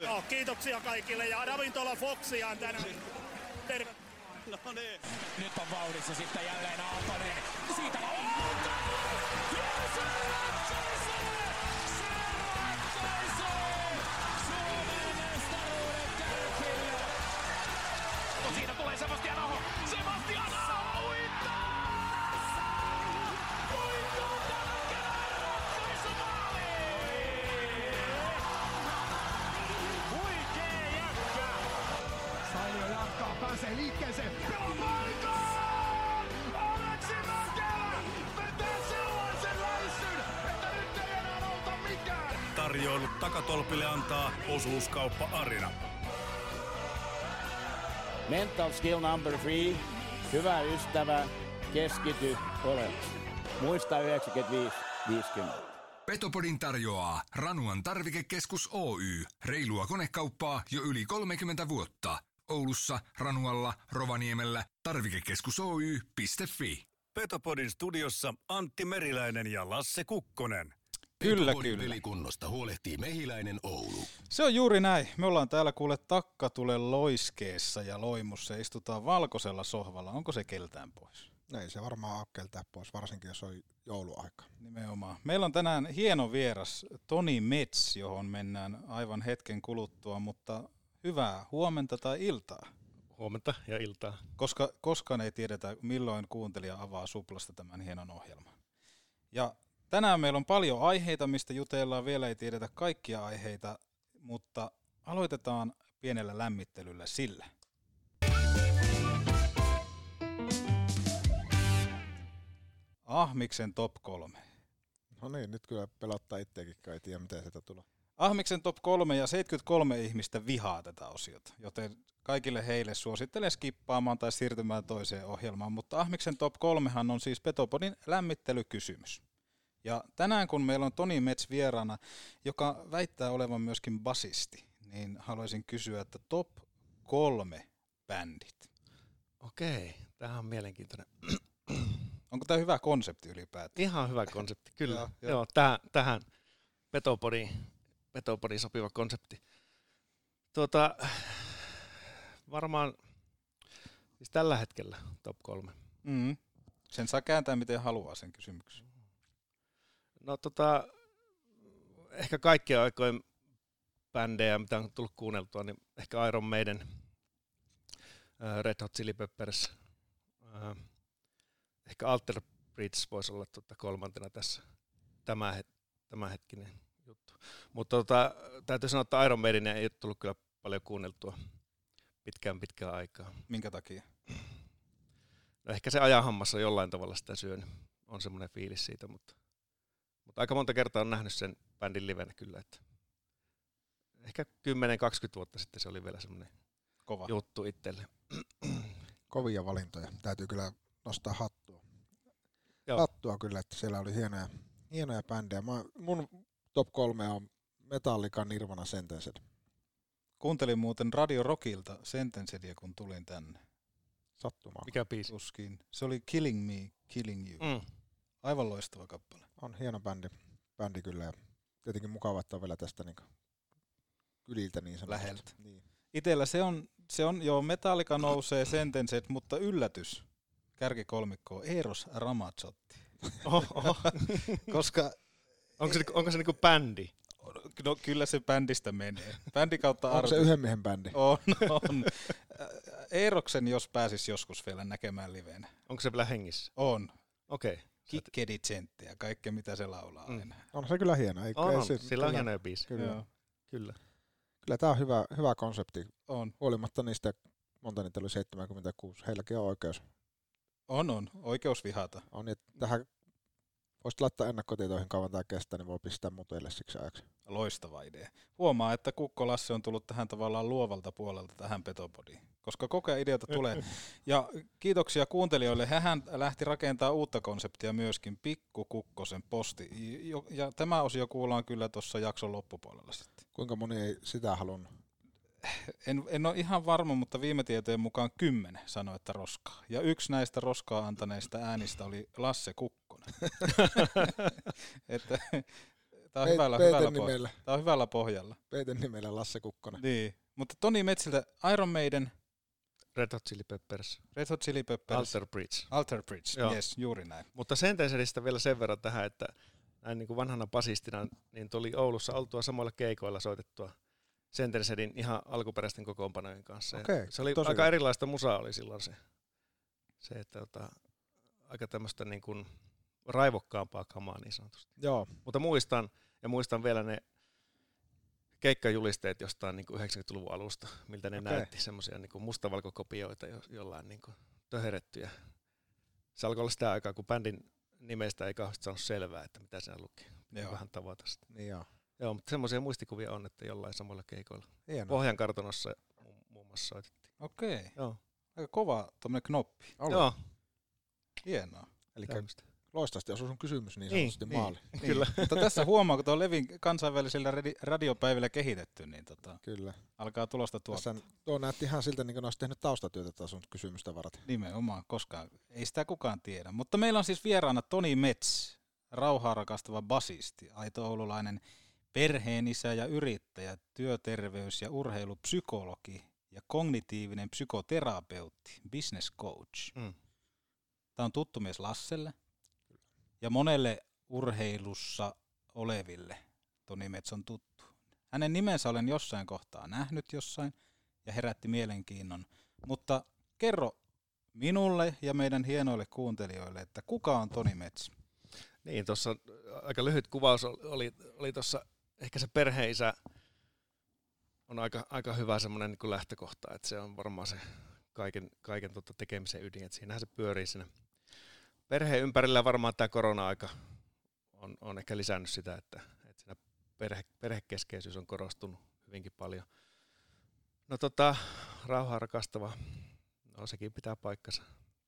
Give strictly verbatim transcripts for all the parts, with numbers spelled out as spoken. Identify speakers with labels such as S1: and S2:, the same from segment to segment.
S1: No, kiitoksia kaikille ja Ravintola Foxia on tänään. Terve.
S2: No niin.
S3: Nyt on vauhdissa sitten jälleen Aaltonen. Siitä on ja se ratkaisee! Se ratkaisee! Suomen mestaruuden kärkille! No siinä tulee Sebastian Aho! Sebastian Aho uittaa! Uittaa tämän kevään ratkaisumaali!
S1: Huikee jätkä!
S4: Sailio jatkaa, pääsee liikkeeseen. Pelaa paikkaan! Aleksi Mäkelä vetää sellaisen läissyn, että nyt ei enää auta mikään.
S5: Tarjoilut takatolpille antaa Osuuskauppa Arina.
S6: Mental skill number three. Hyvä ystävä, keskity oleellisesti. Muista yhdeksänkymmentäviisi viisikymmentä.
S7: Petopodin tarjoaa Ranuan tarvikekeskus Oy. Reilua konekauppaa jo yli kolmekymmentä vuotta. Oulussa, Ranualla, Rovaniemellä. Tarvikekeskus Oy piste fi.
S5: Petopodin studiossa Antti Meriläinen ja Lasse Kukkonen.
S8: Kyllä,
S9: Petopodin
S8: kyllä.
S9: pelikunnosta huolehtii Mehiläinen Oulu.
S8: Se on juuri näin. Me ollaan täällä kuule Takkatule loiskeessa ja Loimussa istutaan valkoisella sohvalla. Onko se keltään pois?
S10: Ei se varmaan ole keltään pois, varsinkin jos on jouluaika.
S8: Nimenomaan. Meillä on tänään hieno vieras Toni Mets, johon mennään aivan hetken kuluttua, mutta hyvää huomenta tai iltaa.
S11: Huomenta ja iltaa.
S8: Koska koskaan ei tiedetä, milloin kuuntelija avaa Suplasta tämän hienon ohjelman. Ja tänään meillä on paljon aiheita, mistä jutellaan. Vielä ei tiedetä kaikkia aiheita, mutta aloitetaan pienellä lämmittelyllä sillä. Ahmiksen top kolme.
S10: No niin, nyt kyllä pelottaa itseäkin, kun ei tiedä miten sitä tulee.
S8: Ahmiksen top kolme ja seitsemänkymmentäkolme ihmistä vihaa tätä osiota, joten kaikille heille suosittelen skippaamaan tai siirtymään toiseen ohjelmaan, mutta Ahmiksen top kolmehan on siis Petopodin lämmittelykysymys. Ja tänään kun meillä on Toni Mets vieraana, joka väittää olevan myöskin basisti, niin haluaisin kysyä, että top kolme bändit.
S11: Okei, tämähän on mielenkiintoinen.
S8: Onko tämä hyvä konsepti ylipäätään?
S11: Ihan hyvä konsepti, kyllä.
S8: Joo,
S11: joo,
S8: joo.
S11: joo tähän, tähän Petopodiin, Petopodiin sopiva konsepti. Tuota, varmaan siis tällä hetkellä top kolme.
S8: Mm. Sen saa kääntää miten haluaa sen kysymyksen.
S11: No tota, ehkä kaikkien aikojen bändejä, mitä on tullut kuunneltua, niin ehkä Iron Maiden, Red Hot Chili Peppers, ehkä Alter Bridge voisi olla tuota kolmantena tässä tämä, het, tämä hetkinen juttu. Mutta tota, täytyy sanoa, että Iron Maiden ei ole tullut kyllä paljon kuunneltua pitkään pitkään aikaa.
S8: Minkä takia?
S11: No ehkä se ajanhammassa jollain tavalla sitä syönyt. On semmoinen fiilis siitä, mutta, mutta aika monta kertaa on nähnyt sen bändin livenä kyllä. Että ehkä kymmenen kaksikymmentä vuotta sitten se oli vielä semmoinen
S8: Kova
S11: juttu itselle.
S10: Kovia valintoja, täytyy kyllä nostaa hattua.
S11: Joo.
S10: Hattua kyllä, että siellä oli hienoja, hienoja bändejä. Mä, mun top kolme on Metallica, Nirvana, Sentenced.
S8: Kuuntelin muuten Radio Rockilta Sentencedia, kun tulin tänne.
S10: Sattumaa.
S11: Mikä biisi?
S8: Tuskin. Se oli Killing Me, Killing You.
S11: Mm.
S8: Aivan loistava kappale.
S10: On hieno bändi, bändi kyllä ja tietenkin mukava, että on vielä tästä niin kyliltä niin sanotusti.
S8: Läheltä.
S10: Niin.
S8: Itellä se on, se on jo Metallica nousee Sentenced, mutta yllätys. Kärkikolmikko Eros Ramazzotti.
S11: Oho, oho.
S8: Koska
S11: onko se, onko se niinku bändi?
S8: no kyllä se bändistä menee. Bändi kautta
S10: Onko
S8: artisti.
S10: se yhden miehen bändi?
S8: On, on. Eeroksen jos pääsis joskus vielä näkemään livenä.
S11: Onko se vielä hengissä?
S8: On.
S11: Okei. Okay.
S8: Kikkedi-tsenttiä ja kaikkea mitä se laulaa
S11: Mm.
S8: aina.
S10: On se kyllä hieno. Ei,
S11: On,
S10: ei
S11: on.
S10: se,
S11: Sillä on
S10: kyllä,
S11: hienoja biisejä.
S10: Kyllä.
S8: Joo.
S11: Kyllä.
S10: Kyllä tämä on hyvä, hyvä konsepti.
S8: On.
S10: Huolimatta niistä, monta niitä oli seitsemänkymmentäkuusi. Heilläkin on oikeus.
S8: On, on. Oikeus vihata.
S10: On, että tähän voisit laittaa ennakkotietoihin kauan tämä kestää, niin voi pistää muteille siksi ajaksi.
S8: Loistava idea. Huomaa, että Kukko Lasse on tullut tähän tavallaan luovalta puolelta tähän Petopodiin, koska koko ajan ideoita tulee. Ja kiitoksia kuuntelijoille. Hän lähti rakentamaan uutta konseptia myöskin, Pikku Kukkosen posti. Ja tämä osio kuullaan kyllä tuossa jakson loppupuolella sitten.
S10: Kuinka moni ei sitä halunnut?
S8: En, en ole ihan varma, mutta viime tietojen mukaan kymmenen sanoi, että roskaa. Ja yksi näistä roskaa antaneista äänistä oli Lasse Kukkonen. Että tää on
S10: Pe-
S8: hyvällä,
S10: Peeten
S8: hyvällä,
S10: nimellä.
S8: pohjalla. Tää on hyvällä pohjalla.
S10: Peeten nimellä Lasse Kukkonen.
S8: Niin, mutta Toni Metsiltä Iron Maiden,
S11: Red Hot Chili Peppers,
S8: Red Hot Chili Peppers,
S11: Alter Bridge.
S8: Alter Bridge,
S11: Joo.
S8: yes, juuri näin.
S11: Mutta Sentenceristä vielä sen verran tähän, että näin niin kuin vanhana basistina, niin tuli Oulussa oltua samoilla keikoilla soitettua Sentencerin ihan alkuperäisten kokoonpanojen kanssa. Ja
S10: Okei,
S11: se oli
S10: tosi
S11: aika
S10: hyvä.
S11: erilaista musaa oli silloin se, se että tota, aika tämmöistä niin kuin raivokkaampaa kamaa niin sanotusti.
S10: Joo.
S11: Mutta muistan, ja muistan vielä ne keikkajulisteet jostain niin kuin yhdeksänkymmentäluvun alusta, miltä ne
S10: Okei.
S11: näytti, semmoisia niin kuin mustavalkokopioita jo, jollain niin kuin töherrettyjä. Se alkoi olla sitä aikaa, kun bändin nimestä ei kauheasti saanut selvää, että mitä siinä luki.
S8: Joo.
S11: Vähän tavata sitä.
S10: Niin joo.
S11: Joo, mutta semmoisia muistikuvia on, että jollain samoilla keikoilla.
S10: Hienoa.
S11: Pohjan kartanossa mu- muun muassa soitettiin.
S8: Okei,
S11: Joo.
S8: aika kova tommonen knoppi.
S10: Oli.
S11: Joo.
S8: Hienoa.
S10: Eli
S11: Tämmöistä.
S10: loistavasti osui sun kysymys niin
S11: Niin,
S10: sanotusti
S8: niin.
S10: maali.
S8: Niin.
S11: Kyllä.
S8: Mutta tässä huomaa, kun tuo Levin kansainvälisillä radi- radiopäivillä kehitetty, niin tota,
S10: Kyllä.
S8: alkaa tulosta tuottaa.
S10: Tässä tuo näytti ihan siltä, niin kuin ne olisi tehnyt taustatyötä taas sun kysymystä varten.
S8: Nimenomaan, koska ei sitä kukaan tiedä. Mutta meillä on siis vieraana Toni Metz, rauhaa rakastava basisti, aito oululainen perheenisä ja yrittäjä, työterveys- ja urheilupsykologi ja kognitiivinen psykoterapeutti, business coach.
S11: Mm.
S8: Tämä on tuttu mies Lasselle ja monelle urheilussa oleville Toni Metz on tuttu. Hänen nimensä olen jossain kohtaa nähnyt jossain ja herätti mielenkiinnon, mutta kerro minulle ja meidän hienoille kuuntelijoille, että kuka on Toni Metz?
S11: Niin, tuossa aika lyhyt kuvaus oli, oli tuossa, ehkä se perheisä on aika, aika hyvä semmoinen niin kuin lähtökohta, että se on varmaan se kaiken, kaiken tota tekemisen ydin, että siinähän se pyörii siinä perheen ympärillä. Varmaan tämä korona-aika on, on ehkä lisännyt sitä, että, että siinä perhe, perhekeskeisyys on korostunut hyvinkin paljon. No tota, rauhaa rakastava, no sekin pitää paikkansa.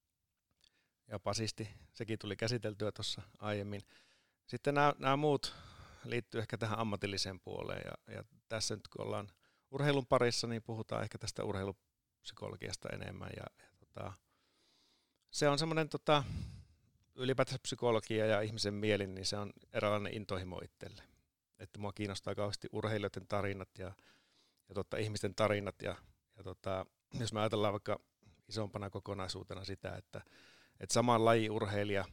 S11: Ja basisti, sekin tuli käsiteltyä tuossa aiemmin. Sitten nämä, nämä muut liittyy ehkä tähän ammatilliseen puoleen. Ja, ja tässä nyt kun ollaan urheilun parissa, niin puhutaan ehkä tästä urheilupsykologiasta enemmän. Ja, ja tota, se on semmoinen tota, ylipäätänsä psykologia ja ihmisen mieli, niin se on eräänlainen intohimo itselle. Että mua kiinnostaa kauheasti urheilijoiden tarinat ja, ja tota, ihmisten tarinat. Ja, ja tota, jos me ajatellaan vaikka isompana kokonaisuutena sitä, että että saman lajin urheilija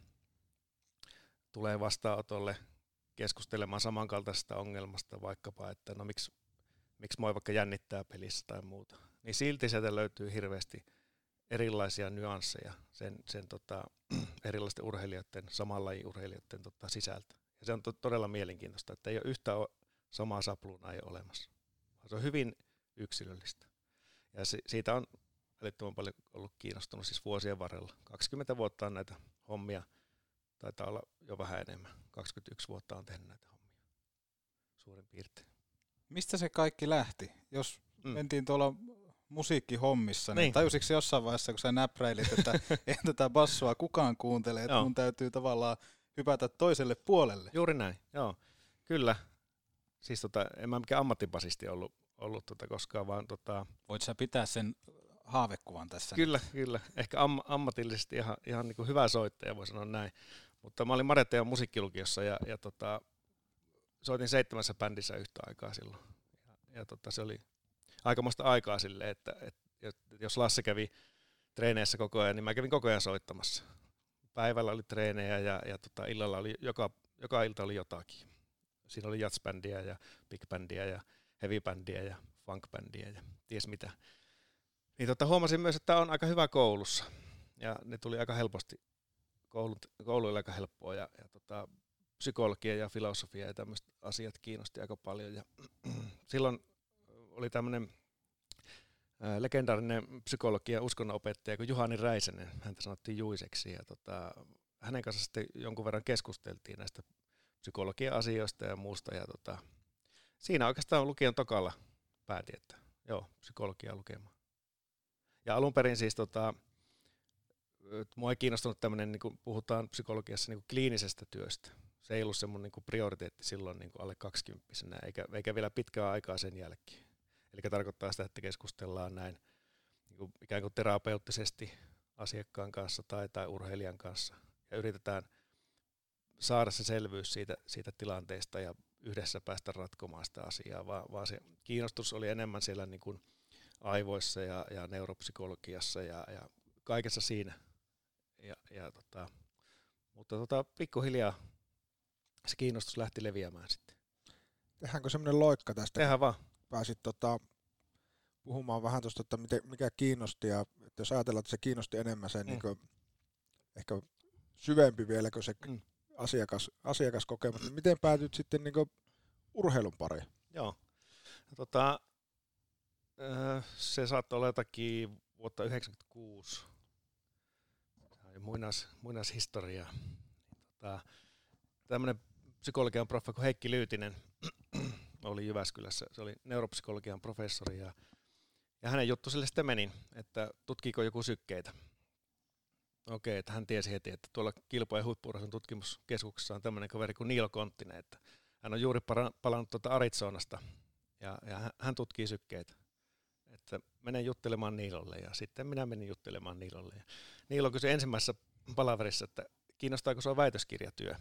S11: tulee vastaanotolle keskustelemaan samankaltaisesta ongelmasta, vaikkapa, että no miksi, miksi mua vaikka jännittää pelissä tai muuta. Niin silti sieltä löytyy hirveästi erilaisia nyansseja sen, sen tota, erilaisten urheilijoiden, saman lajin urheilijoiden tota, sisältä. Ja se on to, todella mielenkiintoista, että ei ole yhtä samaa sapluunaa ei ole olemassa. Se on hyvin yksilöllistä. Ja si, siitä on älyttömän paljon ollut kiinnostunut siis vuosien varrella. kaksikymmentä vuotta on näitä hommia, taitaa olla jo vähän enemmän. kaksikymmentäyksi vuotta on tehnyt näitä hommia, suurin piirtein.
S8: Mistä se kaikki lähti? Jos mm. mentiin tuolla musiikkihommissa, niin,
S11: niin
S8: tajusitko se jossain vaiheessa, kun sä näpräilit, että ei tätä bassoa kukaan kuuntele, että mun täytyy tavallaan hypätä toiselle puolelle?
S11: Juuri näin, joo. Kyllä. Siis tota, en mä mikään ammattibasisti ollut, ollut tota koskaan, vaan tota...
S8: Voit sä pitää sen haavekuvan tässä?
S11: Kyllä, nyt? Kyllä. Ehkä am- ammatillisesti ihan, ihan niin kuin hyvä soittaja, voi sanoa näin. Mutta mä olin Mareteon musiikkilukiossa ja, ja tota, soitin seitsemässä bändissä yhtä aikaa silloin. Ja, ja tota, se oli aikamoista aikaa silleen, että, että jos Lasse kävi treeneissä koko ajan, niin mä kävin koko ajan soittamassa. Päivällä oli treenejä ja, ja tota, illalla oli, joka, joka ilta oli jotakin. Siinä oli jazzbändiä ja bigbändiä ja heavybändiä ja funkbändiä ja ties mitä. Niin tota, huomasin myös, että tämä on aika hyvä koulussa. Ja ne tuli aika helposti, koulut, koulu oli aika helppoa. Ja, ja tota, psykologia ja filosofia ja tämmöiset asiat kiinnosti aika paljon. Ja silloin oli tämmöinen ää, legendaarinen psykologia ja uskonnonopettaja kuin Juhani Räisänen. Häntä sanottiin Juiseksi. Ja tota, hänen kanssa sitten jonkun verran keskusteltiin näistä psykologian asioista ja muusta. Ja tota, siinä oikeastaan lukion tokalla päätin, että joo, psykologiaa lukemaan. Ja alun perin siis, tota, mua ei kiinnostunut tämmöinen, niin kuin puhutaan psykologiassa, niin kuin kliinisestä työstä. Se ei ollut semmoinen niin kuin prioriteetti silloin niin kuin alle kaksikymppisenä, eikä, eikä vielä pitkää aikaa sen jälkeen. Eli tarkoittaa sitä, että keskustellaan näin niin kuin ikään kuin terapeuttisesti asiakkaan kanssa tai, tai urheilijan kanssa. Ja yritetään saada se selvyys siitä, siitä tilanteesta ja yhdessä päästä ratkomaan sitä asiaa, vaan, vaan se kiinnostus oli enemmän siellä niin kuin aivoissa ja, ja neuropsykologiassa ja, ja kaikessa siinä. Ja, ja tota, mutta tota, pikkuhiljaa se kiinnostus lähti leviämään sitten.
S10: Tehdäänkö semmoinen loikka tästä?
S11: Tehdään vaan.
S10: Pääsit tota, puhumaan vähän tuosta, että miten, mikä kiinnosti, ja että jos ajatellaan, että se kiinnosti enemmän sen mm. niin kuin, ehkä syvempi vielä kuin se mm. asiakas, asiakaskokemus, niin miten päätyt sitten niin kuin urheilun pariin?
S11: Joo. Tota, se saattoi olla jotakin vuotta yhdeksänkymmentäkuusi. Muinais, muinaishistoriaa. Tota, tämmöinen psykologian proffa kuin Heikki Lyytinen oli Jyväskylässä. Se oli neuropsykologian professori ja, ja hänen juttu sille sitten meni, että tutkiiko joku sykkeitä. Okei, että hän tiesi heti, että tuolla Kilpo- ja huippu-urheilun tutkimuskeskuksessa on tämmöinen kaveri kuin Niilo Konttinen, että hän on juuri palannut tuota Arizonasta ja, ja hän tutkii sykkeitä. Että menen juttelemaan Niilolle ja sitten minä menin juttelemaan Niilolle. Ja Niilo kysyi ensimmäisessä palaverissa, että kiinnostaako sinua väitöskirjatyö?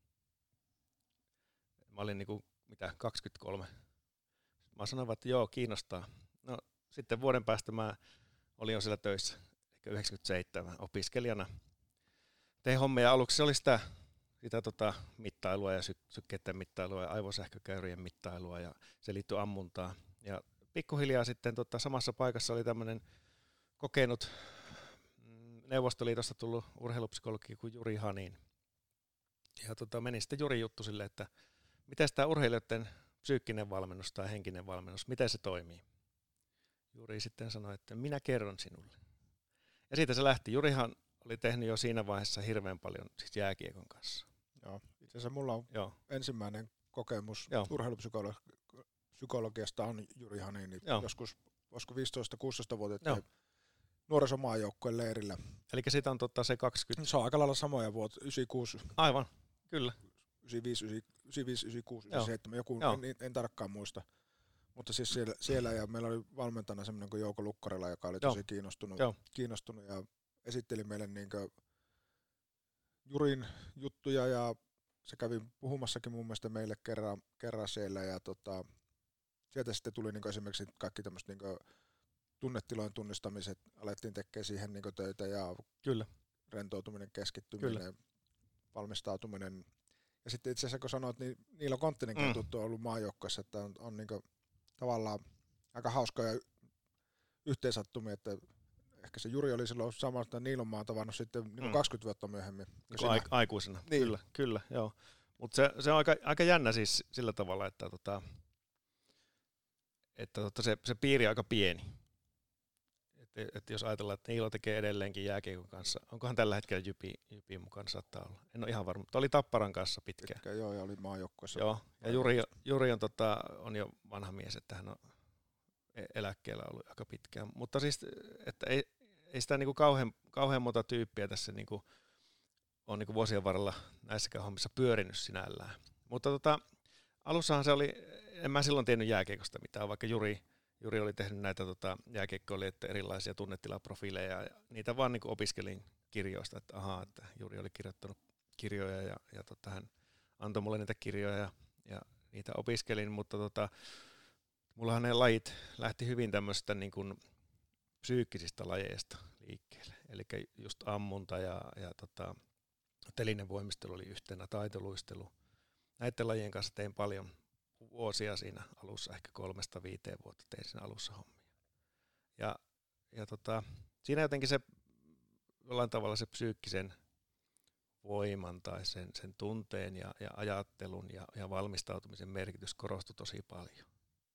S11: Mä olin niinku, mitä, kaksikymmentäkolme. Mä sanoin, että joo, kiinnostaa. No sitten vuoden päästä mä olin jo siellä töissä, ehkä yhdeksänkymmentäseitsemän opiskelijana. Tein hommia aluksi, se oli sitä, sitä tota, mittailua ja sy- sykkeiden mittailua ja aivosähkökäyrien mittailua ja se liittyi ammuntaan. Ja pikkuhiljaa sitten tota, samassa paikassa oli tämmöinen kokenut Neuvostoliitosta tullut urheilupsykologi kuin Juri Hanin. Ja tota, meni sitten Juri juttu sille, että miten tämä urheilijoiden psyykkinen valmennus tai henkinen valmennus, miten se toimii. Juri sitten sanoi, että minä kerron sinulle. Ja siitä se lähti. Jurihan oli tehnyt jo siinä vaiheessa hirveän paljon siis jääkiekon kanssa.
S10: Joo, itse asiassa mulla on Joo. ensimmäinen kokemus Joo. urheilupsykologiasta on Juri Hanin, niin joskus olisiko viisitoista kuusitoista-vuotiaat nuorisomaajoukkueen leirillä.
S11: Eli siitä on totta se kaksikymmentä.
S10: Se on aika lailla samoja vuotta, yhdeksänkymmentäkuusi.
S11: Aivan, kyllä.
S10: yhdeksänkymmentäviisi, yhdeksänkymmentäkuusi, yhdeksänkymmentäseitsemän, joku, en, en tarkkaan muista. Mutta siis siellä, siellä ja meillä oli valmentajana semmoinen kuin Jouko Lukkarila, joka oli tosi kiinnostunut, kiinnostunut ja esitteli meille niin kuin Jurin juttuja ja se kävi puhumassakin mun mielestä meille kerran, kerran siellä ja tota, sieltä sitten tuli niin kuin esimerkiksi kaikki tämmöiset niin kuin tunnetilojen tunnistamiset, alettiin tekemään siihen niin kuin töitä ja
S11: Kyllä.
S10: rentoutuminen, keskittyminen, Kyllä. valmistautuminen. Ja sitten itse asiassa kun sanoit, niin Niilo Konttinenkin mm. on tuttu ollut maajoukkueessa, että on, on niin kuin tavallaan aika hauskoja yhteensattumia, että ehkä se Juri oli silloin samalla, että Niilon mä oon tavannut sitten niin kuin mm. kaksikymmentä vuotta myöhemmin.
S11: Aik- aikuisena, niin. kyllä, kyllä, joo. Mutta se, se on aika, aika jännä siis sillä tavalla, että, tota, että tota se, se piiri on aika pieni. Että et jos ajatellaan, että Niilo tekee edelleenkin jääkiekon kanssa, onkohan tällä hetkellä Jypi, Jypiin mukana saattaa olla? En ole ihan varma, mutta oli Tapparan kanssa pitkään.
S10: Pitkään, joo, ja oli maajoukkueessa.
S11: Joo, ja Juri, Juri on, tota, on jo vanha mies, että hän on eläkkeellä ollut aika pitkään. Mutta siis, että ei, ei sitä niinku kauhean, kauhean monta tyyppiä tässä niinku on niinku vuosien varrella näissäkään hommissa pyörinyt sinällään. Mutta tota, alussahan se oli, en mä silloin tiennyt jääkiekosta mitään, vaikka Juri, Juri oli tehnyt näitä tota, jääkiekkoilijoiden erilaisia tunnetilaprofiileja ja niitä vaan niinku opiskelin kirjoista, että ahaa, että Juri oli kirjoittanut kirjoja ja, ja tota, hän antoi mulle niitä kirjoja ja, ja niitä opiskelin, mutta tota, mullahan ne lajit lähti hyvin tämmöistä niin kuin psyykkisistä lajeista liikkeelle. Eli just ammunta ja, ja tota, telinevoimistelu oli yhtenä, taitoluistelu. Näiden lajien kanssa tein paljon vuosia siinä alussa, ehkä kolmesta viiteen vuotta tein siinä alussa hommia. Ja, ja tota, siinä jotenkin se jollain tavalla se psyykkisen voiman tai sen, sen tunteen ja, ja ajattelun ja, ja valmistautumisen merkitys korostui tosi paljon.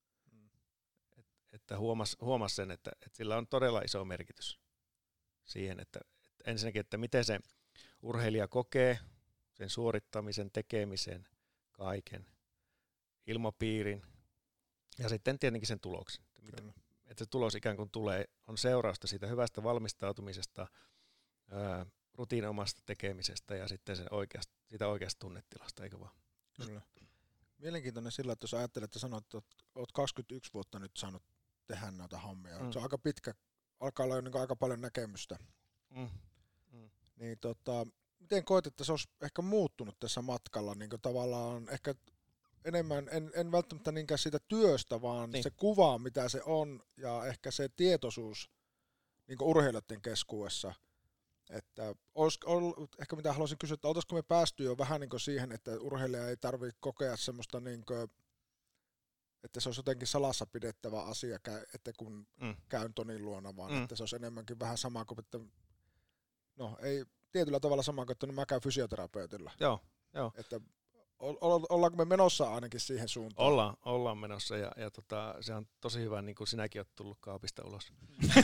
S11: Että huomasi, huomasi sen, että, että sillä on todella iso merkitys siihen, että, että ensinnäkin, että miten se urheilija kokee sen suorittamisen, tekemisen, kaiken, ilmapiirin ja sitten tietenkin sen tuloksen. Että, että se tulos ikään kuin tulee, on seurausta siitä hyvästä valmistautumisesta, ää, rutiinomaisesta tekemisestä ja sitten sen oikeasta, siitä oikeasta tunnetilasta, eikö vaan?
S10: Kyllä. Mielenkiintoinen sillä, että jos ajattelet, että sanot, että olet kaksikymmentäyksi vuotta nyt saanut tehdä noita hommia. Mm. Se on aika pitkä, alkaa olla niin aika paljon näkemystä. Mm. Mm. Niin tota, miten koet, että se olisi ehkä muuttunut tässä matkalla? Niin tavallaan ehkä enemmän, en, en välttämättä niinkään siitä työstä, vaan niin. se kuva, mitä se on, ja ehkä se tietoisuus niin kuin urheilijoiden keskuudessa. Että olis, ol, ehkä mitä haluaisin kysyä, että oltaisiko me päästy jo vähän niin kuin siihen, että urheilija ei tarvitse kokea semmoista, niin kuin, että se olisi jotenkin salassa pidettävä asia, että kun mm. käyn Tonin luona, vaan mm. että se olisi enemmänkin vähän sama kuin, että no ei tietyllä tavalla sama kuin, että no, mä käyn fysioterapeutilla.
S11: Joo, joo.
S10: Että ollaanko me menossa ainakin siihen suuntaan?
S11: Ollaan, ollaan menossa ja, ja tota, se on tosi hyvä, niin kuin sinäkin olet tullut kaapista ulos.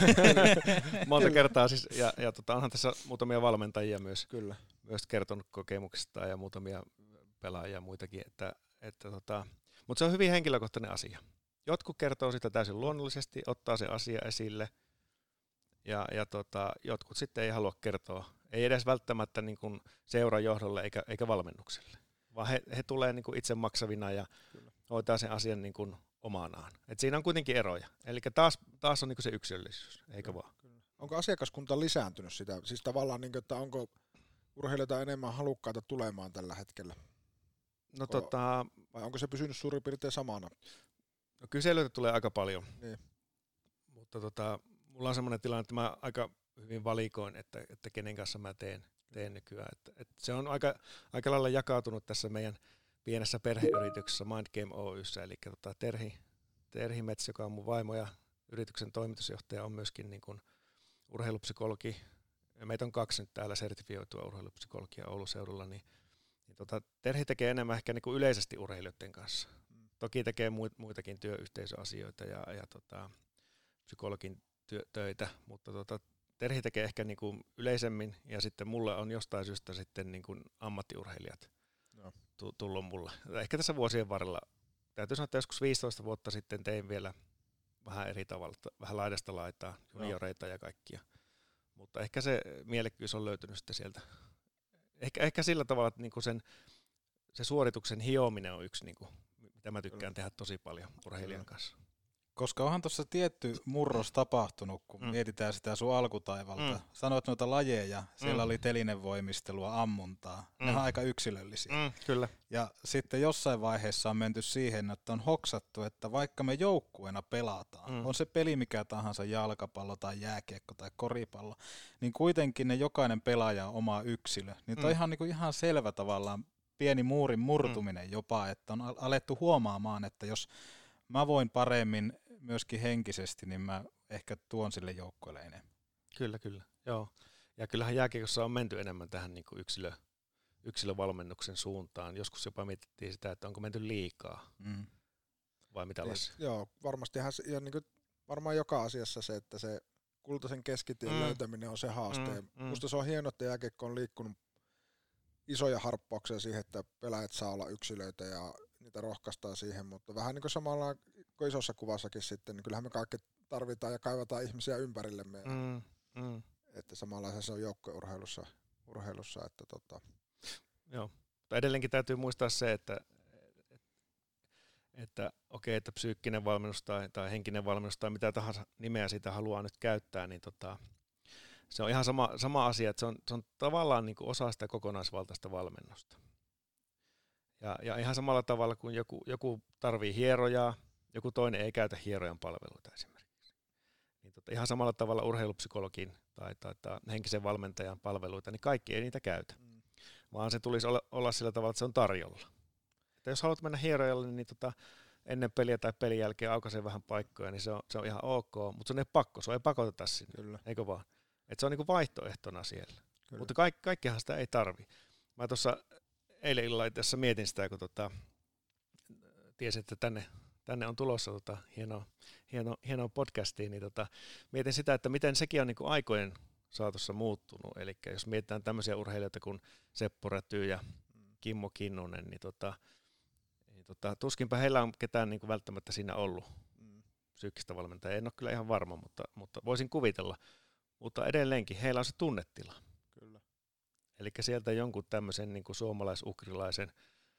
S11: Monta kertaa siis, ja, ja tota, onhan tässä muutamia valmentajia myös, Kyllä. myös kertonut kokemuksista ja muutamia pelaajia ja muitakin, että, että tota, mutta se on hyvin henkilökohtainen asia. Jotkut kertoo sitä täysin luonnollisesti, ottaa se asia esille, ja, ja tota, jotkut sitten ei halua kertoa, ei edes välttämättä niin kuin seuran johdolle eikä, eikä valmennukselle. Vaan he, he tulee niin kuin itse maksavina ja Kyllä. hoitaa sen asian niin kuin omanaan. Et siinä on kuitenkin eroja. Eli taas, taas on niin kuin se yksilöllisyys, eikö Kyllä. vaan?
S10: Kyllä. Onko asiakaskunta lisääntynyt sitä? Siis tavallaan, niin kuin, että onko urheilijoita enemmän halukkaita tulemaan tällä hetkellä?
S11: No, onko, tota,
S10: vai onko se pysynyt suurin piirtein samana?
S11: No, kyselyitä tulee aika paljon.
S10: Niin.
S11: Mutta tota, mulla on semmoinen tilanne, että mä aika hyvin valikoin, että, että kenen kanssa mä teen. teen nykyään. Että, että se on aika, aika lailla jakautunut tässä meidän pienessä perheyrityksessä Mind Game Oy:ssä, eli tota Terhi, Terhi Mets, joka on mun vaimo ja yrityksen toimitusjohtaja, on myöskin niin kuin urheilupsykologi. Meitä on kaksi nyt täällä sertifioitua urheilupsykologia Oulun seudulla, niin, niin tota, Terhi tekee enemmän ehkä niin kuin yleisesti urheilijoiden kanssa. Mm. Toki tekee muitakin työyhteisöasioita ja, ja tota, psykologin työ, töitä, mutta tota, Terhi tekee ehkä niin kuin yleisemmin, ja sitten mulle on jostain syystä sitten niin kuin ammattiurheilijat no. tullut mulle. Ehkä tässä vuosien varrella, täytyy sanoa, että joskus viisitoista vuotta sitten tein vielä vähän eri tavalla, vähän laidasta laitaa, junioreita no. ja kaikkia. Mutta ehkä se mielekkyys on löytynyt sitten sieltä. Ehkä, ehkä sillä tavalla, että niin kuin sen, se suorituksen hiominen on yksi, niin kuin, mitä mä tykkään tehdä tosi paljon urheilijan kanssa.
S8: Koska onhan tuossa tietty murros tapahtunut, kun mm. mietitään sitä sun alkutaivalta. Mm. Sanoit noita lajeja, siellä mm. oli telinevoimistelua, ammuntaa. Mm. Ne on aika yksilöllisiä.
S11: Mm, kyllä.
S8: Ja sitten jossain vaiheessa on menty siihen, että on hoksattu, että vaikka me joukkueena pelataan, mm. on se peli mikä tahansa, jalkapallo tai jääkiekko tai koripallo, niin kuitenkin ne jokainen pelaaja on oma yksilö. Niin toi mm. on niinku ihan selvä tavallaan pieni muurin murtuminen mm. jopa, että on alettu huomaamaan, että jos mä voin paremmin myöskin henkisesti, niin mä ehkä tuon sille joukkueelle enemmän.
S11: Kyllä, kyllä. Joo. Ja kyllähän jääkiekossa on menty enemmän tähän niin kuin yksilö, yksilövalmennuksen suuntaan. Joskus jopa mietittiin sitä, että onko menty liikaa. Mm. Vai mitä olisi?
S10: Joo, varmastihan se, ja niin kuin varmaan joka asiassa se, että se kultaisen keskitien mm. löytäminen on se haaste. Mm. Musta se on hienoa, että jääkiekko on liikkunut isoja harppauksia siihen, että pelaajat saa olla yksilöitä ja niitä rohkaistaan siihen, mutta vähän niin kuin samalla kuin isossa kuvassakin sitten, niin kyllähän me kaikki tarvitaan ja kaivataan ihmisiä ympärillemme.
S11: Mm, mm.
S10: Että samanlaisen se on joukkueurheilussa, urheilussa, että tota.
S11: Joo, mutta edelleenkin täytyy muistaa se, että, että, että okei, että psyykkinen valmennus tai, tai henkinen valmennus tai mitä tahansa nimeä siitä haluaa nyt käyttää, niin tota, se on ihan sama, sama asia, että se on, se on tavallaan niin kuin osa sitä kokonaisvaltaista valmennusta. Ja, ja ihan samalla tavalla kuin joku, joku tarvii hierojaa, joku toinen ei käytä hierojan palveluita esimerkiksi. Niin tota, ihan samalla tavalla urheilupsykologin tai, tai, tai henkisen valmentajan palveluita, niin kaikki ei niitä käytä. Mm. Vaan se tulisi olla, olla sillä tavalla, että se on tarjolla. Että jos haluat mennä hierojalle, niin tota, ennen peliä tai pelin jälkeen aukaisee vähän paikkoja, niin se on, se on ihan ok, mutta se on pakko, se ei pakoteta sinne, Kyllä. eikö vaan? Että se on niinku vaihtoehtona siellä. Kyllä. Mutta kaik, kaikkihan sitä ei tarvi. Mä tuossa eilen illalla tässä mietin sitä, kun tota, tiesin, että tänne, tänne on tulossa tota, hienoa, hieno, hienoa podcastia, niin tota, mietin sitä, että miten sekin on niinku aikojen saatossa muuttunut. Eli jos mietitään tämmöisiä urheilijoita kuin Seppo Räty ja Kimmo Kinnunen, niin, tota, niin tota, tuskinpä heillä on ketään niinku välttämättä siinä ollut mm. psyykkistä valmentajaa. En ole kyllä ihan varma, mutta, mutta voisin kuvitella. Mutta edelleenkin heillä on se tunnetila.
S10: Kyllä.
S11: Eli sieltä jonkun tämmöisen niin kuin suomalais-ukrilaisen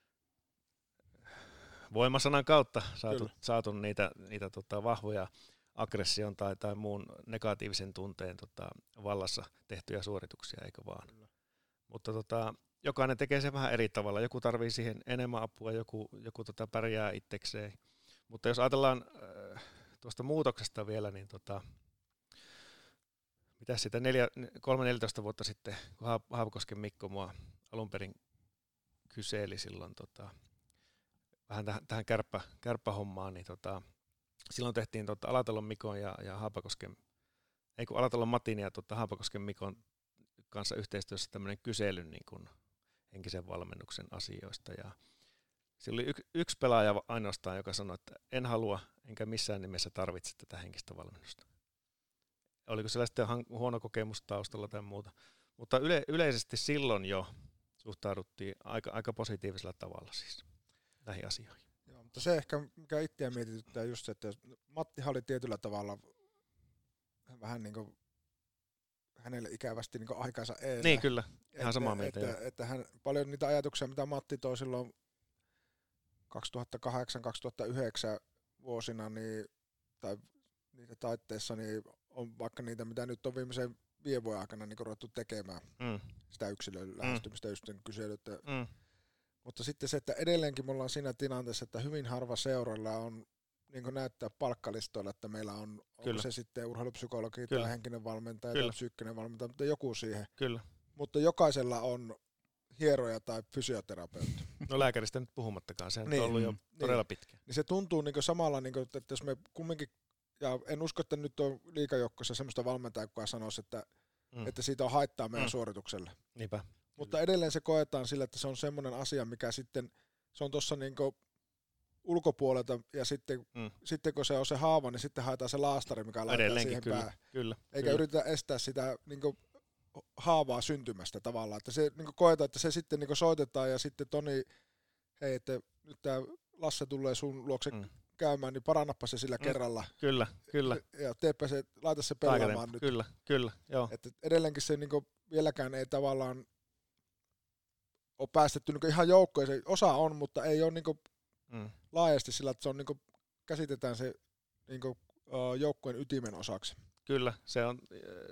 S11: voimasanan kautta saatu, saatu niitä, niitä tota, vahvoja aggression tai, tai muun negatiivisen tunteen tota, vallassa tehtyjä suorituksia, eikö vaan? Kyllä. Mutta tota, jokainen tekee sen vähän eri tavalla. Joku tarvii siihen enemmän apua, joku, joku tota pärjää itsekseen. Mutta jos ajatellaan äh, tuosta muutoksesta vielä, niin tota, mitä sitä neljä, kolme neljätoista vuotta sitten, kun Haapakosken Mikko mua alun perin kyseli silloin tota, vähän tähän, tähän kärppä, kärppähommaan, niin tota, silloin tehtiin tota Alatalon Mikon ja, ja Haapakosken, ei kun Alatalon Matin ja tota Haapakosken Mikon kanssa yhteistyössä tämmöinen kysely niin kuin henkisen valmennuksen asioista. Ja siellä oli y- yksi pelaaja ainoastaan, joka sanoi, että en halua enkä missään nimessä tarvitse tätä henkistä valmennusta. Oliko siellä sitten huono kokemus taustalla tai muuta. Mutta yle- yleisesti silloin jo suhtauduttiin aika, aika positiivisella tavalla siis näihin asioihin.
S10: Joo, mutta se ehkä, mikä itseä mietityttää just se, että Mattihan oli tietyllä tavalla vähän niin kuin hänelle ikävästi niin kuin aikansa eellä.
S11: Niin kyllä, ihan samaa mieltä.
S10: Että, että, että hän, paljon niitä ajatuksia, mitä Matti toi silloin kaksituhattakahdeksan kaksituhattayhdeksän vuosina niin, tai niitä taitteessa, niin on vaikka niitä, mitä nyt on viimeisen viiden vuoden aikana niin ruvettu tekemään, mm. sitä yksilön lähestymistä, mm. just kyselyt. Mm. Mutta sitten se, että edelleenkin me ollaan siinä tilanteessa, että hyvin harva seuralla on niin kuin näyttää palkkalistoilla, että meillä on, onko se sitten urheilupsykologi Kyllä. tai henkinen valmentaja Kyllä. tai psyykkinen valmentaja, mutta joku siihen. Kyllä. Mutta jokaisella on hieroja tai fysioterapeutti.
S11: No lääkäristä nyt puhumattakaan, sehän niin, on ollut jo niin, todella pitkä.
S10: Niin se tuntuu niin kuin samalla, niin kuin, että jos me kumminkin, ja en usko, että nyt on liigajoukkoissa semmoista valmentajaa, joka sanoisi, että, mm. että siitä on haittaa meidän mm. suoritukselle.
S11: Niinpä.
S10: Mutta Kyllä. edelleen se koetaan sillä, että se on semmoinen asia, mikä sitten, se on tuossa niin kuin ulkopuolelta, ja sitten, mm. sitten kun se on se haava, niin sitten haetaan se laastari, mikä laitetaan siihen
S11: kyllä,
S10: päähän.
S11: Kyllä,
S10: Eikä
S11: kyllä.
S10: yritetä estää sitä niin kuin haavaa syntymästä tavallaan. Että se niin kuin koetaan, että se sitten niin kuin soitetaan, ja sitten Toni, hei, että nyt tämä Lasse tulee sun luokse mm. käymään, niin parannappa se sillä mm. kerralla.
S11: Kyllä, kyllä.
S10: Ja teepä se, laita se pelaamaan nyt.
S11: Kyllä, kyllä, joo.
S10: Että edelleenkin se niin kuin vieläkään ei tavallaan ole päästetty niin kuin ihan joukkoon. Se osa on, mutta ei ole niin kuin Mm. laajasti sillä, että se on niin kuin, käsitetään se niin kuin, uh, joukkueen ytimen osaksi.
S11: Kyllä, se on,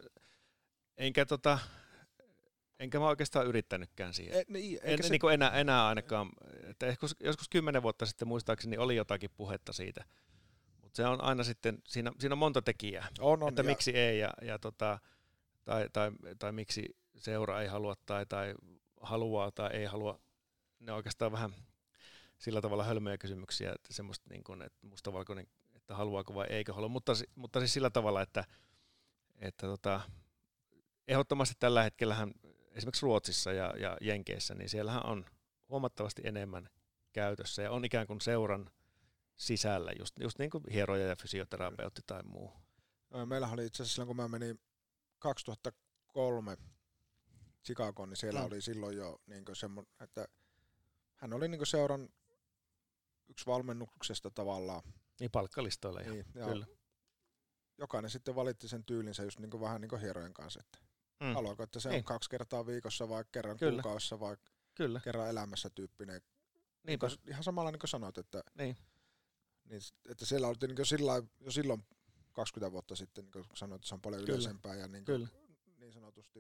S11: enkä, tota, enkä mä oikeastaan yrittänytkään siihen. E, niin, en, se... niin kuin enää, enää ainakaan, että joskus, joskus kymmenen vuotta sitten muistaakseni oli jotakin puhetta siitä, mutta se on aina sitten, siinä, siinä on monta tekijää,
S10: on, on,
S11: että
S10: ja...
S11: miksi ei ja, ja tota, tai, tai, tai miksi seura ei halua tai, tai haluaa tai ei halua, ne on oikeastaan vähän sillä tavalla hölmöjä kysymyksiä, että semmoista niin kuin, että mustavalkoinen, että haluaako vai eikö halua, mutta, mutta siis sillä tavalla, että, että tota, ehdottomasti tällä hetkellähän esimerkiksi Ruotsissa ja, ja Jenkeissä, niin siellähän on huomattavasti enemmän käytössä ja on ikään kuin seuran sisällä, just, just niin kuin hieroja ja fysioterapeutti tai muu.
S10: Meillähän oli itse asiassa silloin, kun mä menin kaksituhattakolme Chicagoon, niin siellä no. oli silloin jo niin kuin semmoinen, että hän oli niin kuin seuran yksi valmennuksesta tavallaan.
S11: Niin palkkalistoilla ihan,
S10: niin,
S11: kyllä.
S10: Jokainen sitten valitti sen tyylinsä just niin kuin vähän niin kuin hierojen kanssa, että mm. haluaako, että se niin. on kaksi kertaa viikossa vai kerran kyllä. kuukaudessa vai kyllä. kerran elämässä tyyppinen. Niin kuin, ihan samalla niin kuin sanoit, että,
S11: niin.
S10: Niin, että siellä oltiin niin kuin sillä, jo silloin kaksikymmentä vuotta sitten, niin kuin sanoit, että se on paljon kyllä. yleisempää ja niin, kuin, niin sanotusti,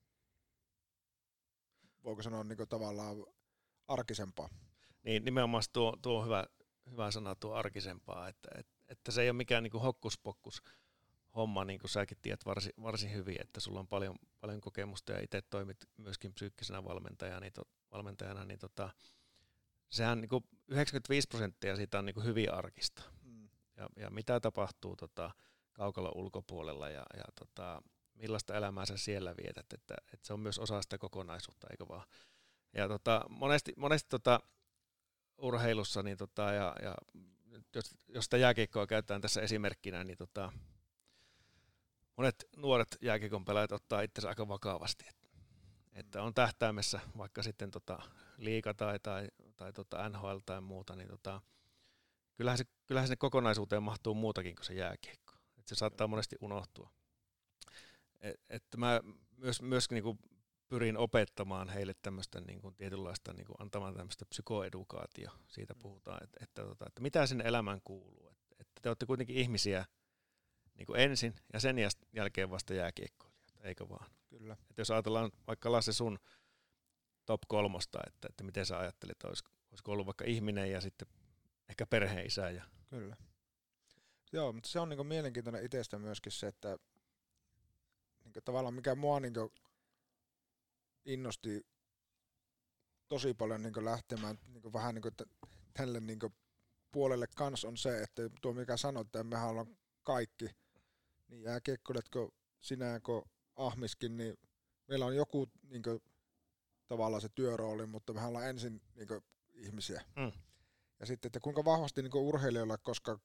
S10: voiko sanoa niin kuin tavallaan arkisempaa.
S11: Niin, nimenomaan tuo, tuo on hyvä, hyvä sana, tuo arkisempaa, että, että, että se ei ole mikään niin kuin hokkuspokkus homma, niin kuin säkin tiedät varsin, varsin hyvin, että sulla on paljon, paljon kokemusta ja itse toimit myöskin psyykkisenä valmentajana, niin, to, valmentajana, niin tota, sehän niin kuin yhdeksänkymmentäviisi prosenttia siitä on niin kuin hyvin arkista. Mm. Ja, ja mitä tapahtuu tota, kaukalon ulkopuolella ja, ja tota, millaista elämää sä siellä vietät, että, että se on myös osa sitä kokonaisuutta, eikö vaan? Ja tota, monesti, monesti tota, urheilussa, niin tota, ja, ja jos, jos sitä jääkiekkoa käytetään tässä esimerkkinä, niin tota, monet nuoret jääkiekon pelaajat ottaa itsensä aika vakavasti, että, että on tähtäimessä vaikka sitten tota, liiga tai, tai, tai tota N H L tai muuta, niin tota, kyllähän, se, kyllähän sinne kokonaisuuteen mahtuu muutakin kuin se jääkiekko, että se saattaa monesti unohtua. Et, että mä myös, myös niin kuin pyrin opettamaan heille tämmöistä niin kuin tietynlaista, niin kuin antamaan tämmöistä psykoedukaatio, siitä puhutaan, että, että, että, että mitä sinne elämään kuuluu, että, että te olette kuitenkin ihmisiä niin kuin ensin ja sen jälkeen vasta jääkiekkoilijoita, eikö vaan?
S10: Kyllä.
S11: Että jos ajatellaan vaikka Lasse sun top kolmosta, että, että miten sä ajattelit, olisiko, olisiko ollut vaikka ihminen ja sitten ehkä perheen isä. Ja...
S10: Kyllä. Joo, mutta se on niinku mielenkiintoinen itsestä myöskin se, että niinku tavallaan mikä mua niinku innosti tosi paljon niinku lähtemään niinku vähän niinku tälle niinku puolelle kans on se, että tuo mikä sanot, että mehän ollaan kaikki, niin jääkiekkoiletko sinä kuin Ahmiskin, niin meillä on joku niinku tavallaan se työrooli, mutta mehän ollaan ensin niinku ihmisiä. Mm. Ja sitten, että kuinka vahvasti niinku urheilijoilla, koska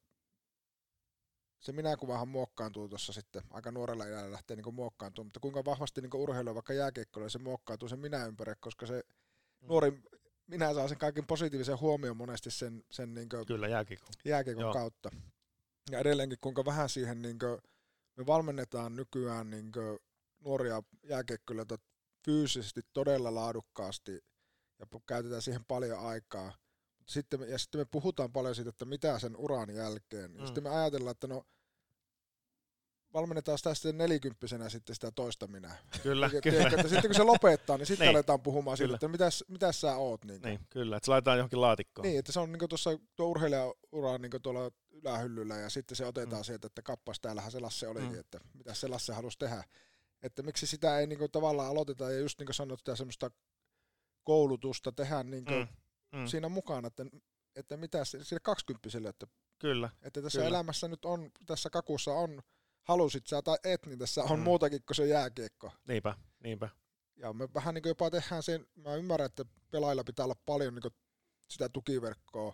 S10: se minäkuvahan muokkaantuu tuossa sitten, aika nuorella iällä lähtee niinku muokkaantuu, mutta kuinka vahvasti niinku urheilijoilla, vaikka jääkiekkoilla, se muokkaantuu sen minä ympäri, koska se mm. nuori minä saa sen kaiken positiivisen huomioon monesti sen, sen niinku
S11: Kyllä, jääkiekon,
S10: jääkiekon kautta. Ja edelleenkin kuinka vähän siihen niinku, me valmennetaan nykyään niinku nuoria jääkiekkoilijoita fyysisesti todella laadukkaasti ja käytetään siihen paljon aikaa. Sitten, ja sitten me puhutaan paljon siitä, että mitä sen uran jälkeen. Ja mm. sitten me ajatellaan, että no valmennetaan sitä sitten nelikymppisenä sitten sitä toista minä.
S11: Kyllä,
S10: ja,
S11: kyllä.
S10: Että sitten kun se lopettaa, niin sitten
S11: niin.
S10: aletaan puhumaan siitä, että mitäs, mitäs sä oot. Niin,
S11: niin, kyllä, että se laitetaan johonkin laatikkoon.
S10: Niin, että se on niin tuossa tuo urheilijaura niin tuolla ylähyllyllä ja sitten se otetaan mm. sieltä, että kappas täällähän se Lasse olikin, mm. että mitä se Lasse halusi tehdä. Että miksi sitä ei niin kuin, tavallaan aloiteta ja just niin kuin sanoit, sitä semmoista koulutusta tehdä niin kuin mm. Mm. siinä mukana, että, että mitä sille kaksikymppiselle, että,
S11: kyllä,
S10: että tässä
S11: kyllä.
S10: elämässä nyt on, tässä kakussa on, halusit sä tai et, niin tässä on mm. muutakin kuin se jääkiekko.
S11: Niinpä, niinpä.
S10: Ja me vähän niin kuin jopa tehdään sen, mä ymmärrän, että pelaajilla pitää olla paljon niin kuin sitä tukiverkkoa,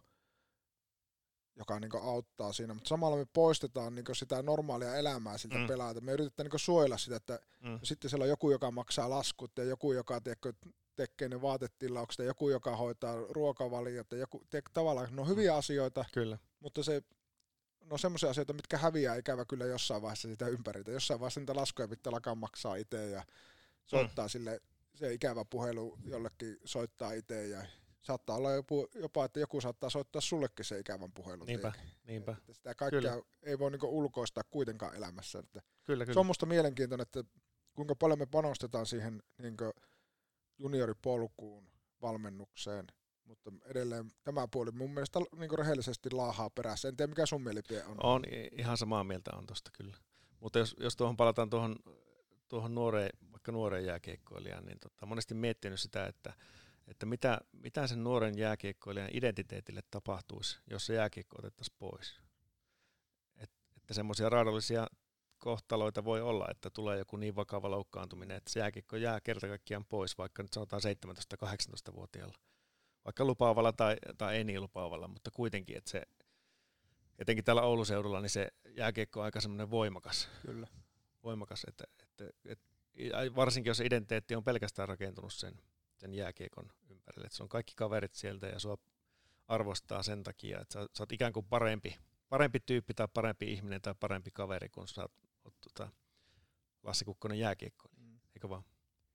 S10: joka niin kuin auttaa siinä, mutta samalla me poistetaan niin kuin sitä normaalia elämää siltä mm. pelaajalta. Me yritetään niin kuin suojella sitä, että mm. sitten siellä on joku, joka maksaa laskut ja joku, joka tiedätkö, tekee ne vaatetilaukset ja joku, joka hoitaa ruokavaliot ja joku, tiedätkö, tavallaan ne on hyviä asioita,
S11: kyllä.
S10: mutta se no semmoisia asioita, mitkä häviää ikävä kyllä jossain vaiheessa sitä ympäriltä. Jossain vaiheessa niitä laskuja pitää alkaa maksaa itse ja soittaa mm. sille se ikävä puhelu jollekin soittaa itse ja saattaa olla jopa, jopa, että joku saattaa soittaa sullekin se ikävän puhelun.
S11: Niinpä, niinpä.
S10: Että sitä kaikkea kyllä. Ei voi niinku ulkoistaa kuitenkaan elämässä. Että
S11: kyllä, kyllä.
S10: Se on musta mielenkiintoinen, että kuinka paljon me panostetaan siihen niinku junioripolkuun, valmennukseen, mutta edelleen tämä puoli mun mielestä niinku rehellisesti laahaa perässä. En tiedä mikä sun mielipide on.
S11: On ihan samaa mieltä on tosta kyllä. Mutta jos, jos tuohon palataan tuohon, tuohon nuoreen, vaikka nuoreen jääkiekkoilijaan, niin tota, monesti miettinyt sitä, että että mitä, mitä sen nuoren jääkiekkoilijan identiteetille tapahtuisi, jos se jääkiekko otettaisiin pois. Et, että semmoisia raadollisia kohtaloita voi olla, että tulee joku niin vakava loukkaantuminen, että se jääkiekko jää kerta kaikkiaan pois, vaikka nyt sanotaan seitsemäntoista-kahdeksantoista-vuotiaalla. Vaikka lupaavalla tai, tai ei niin lupaavalla, mutta kuitenkin, että se, etenkin täällä Oulun seudulla, niin se jääkiekko on aika semmoinen voimakas.
S10: Kyllä.
S11: Voimakas, että, että, että varsinkin jos identiteetti on pelkästään rakentunut sen sen jääkiekon ympärille. Et se on kaikki kaverit sieltä ja sua arvostaa sen takia, että sä, sä oot ikään kuin parempi, parempi tyyppi tai parempi ihminen tai parempi kaveri, kun sä oot, oot tota, Lassi Kukkonen jääkiekko. Mm. Eikö vaan?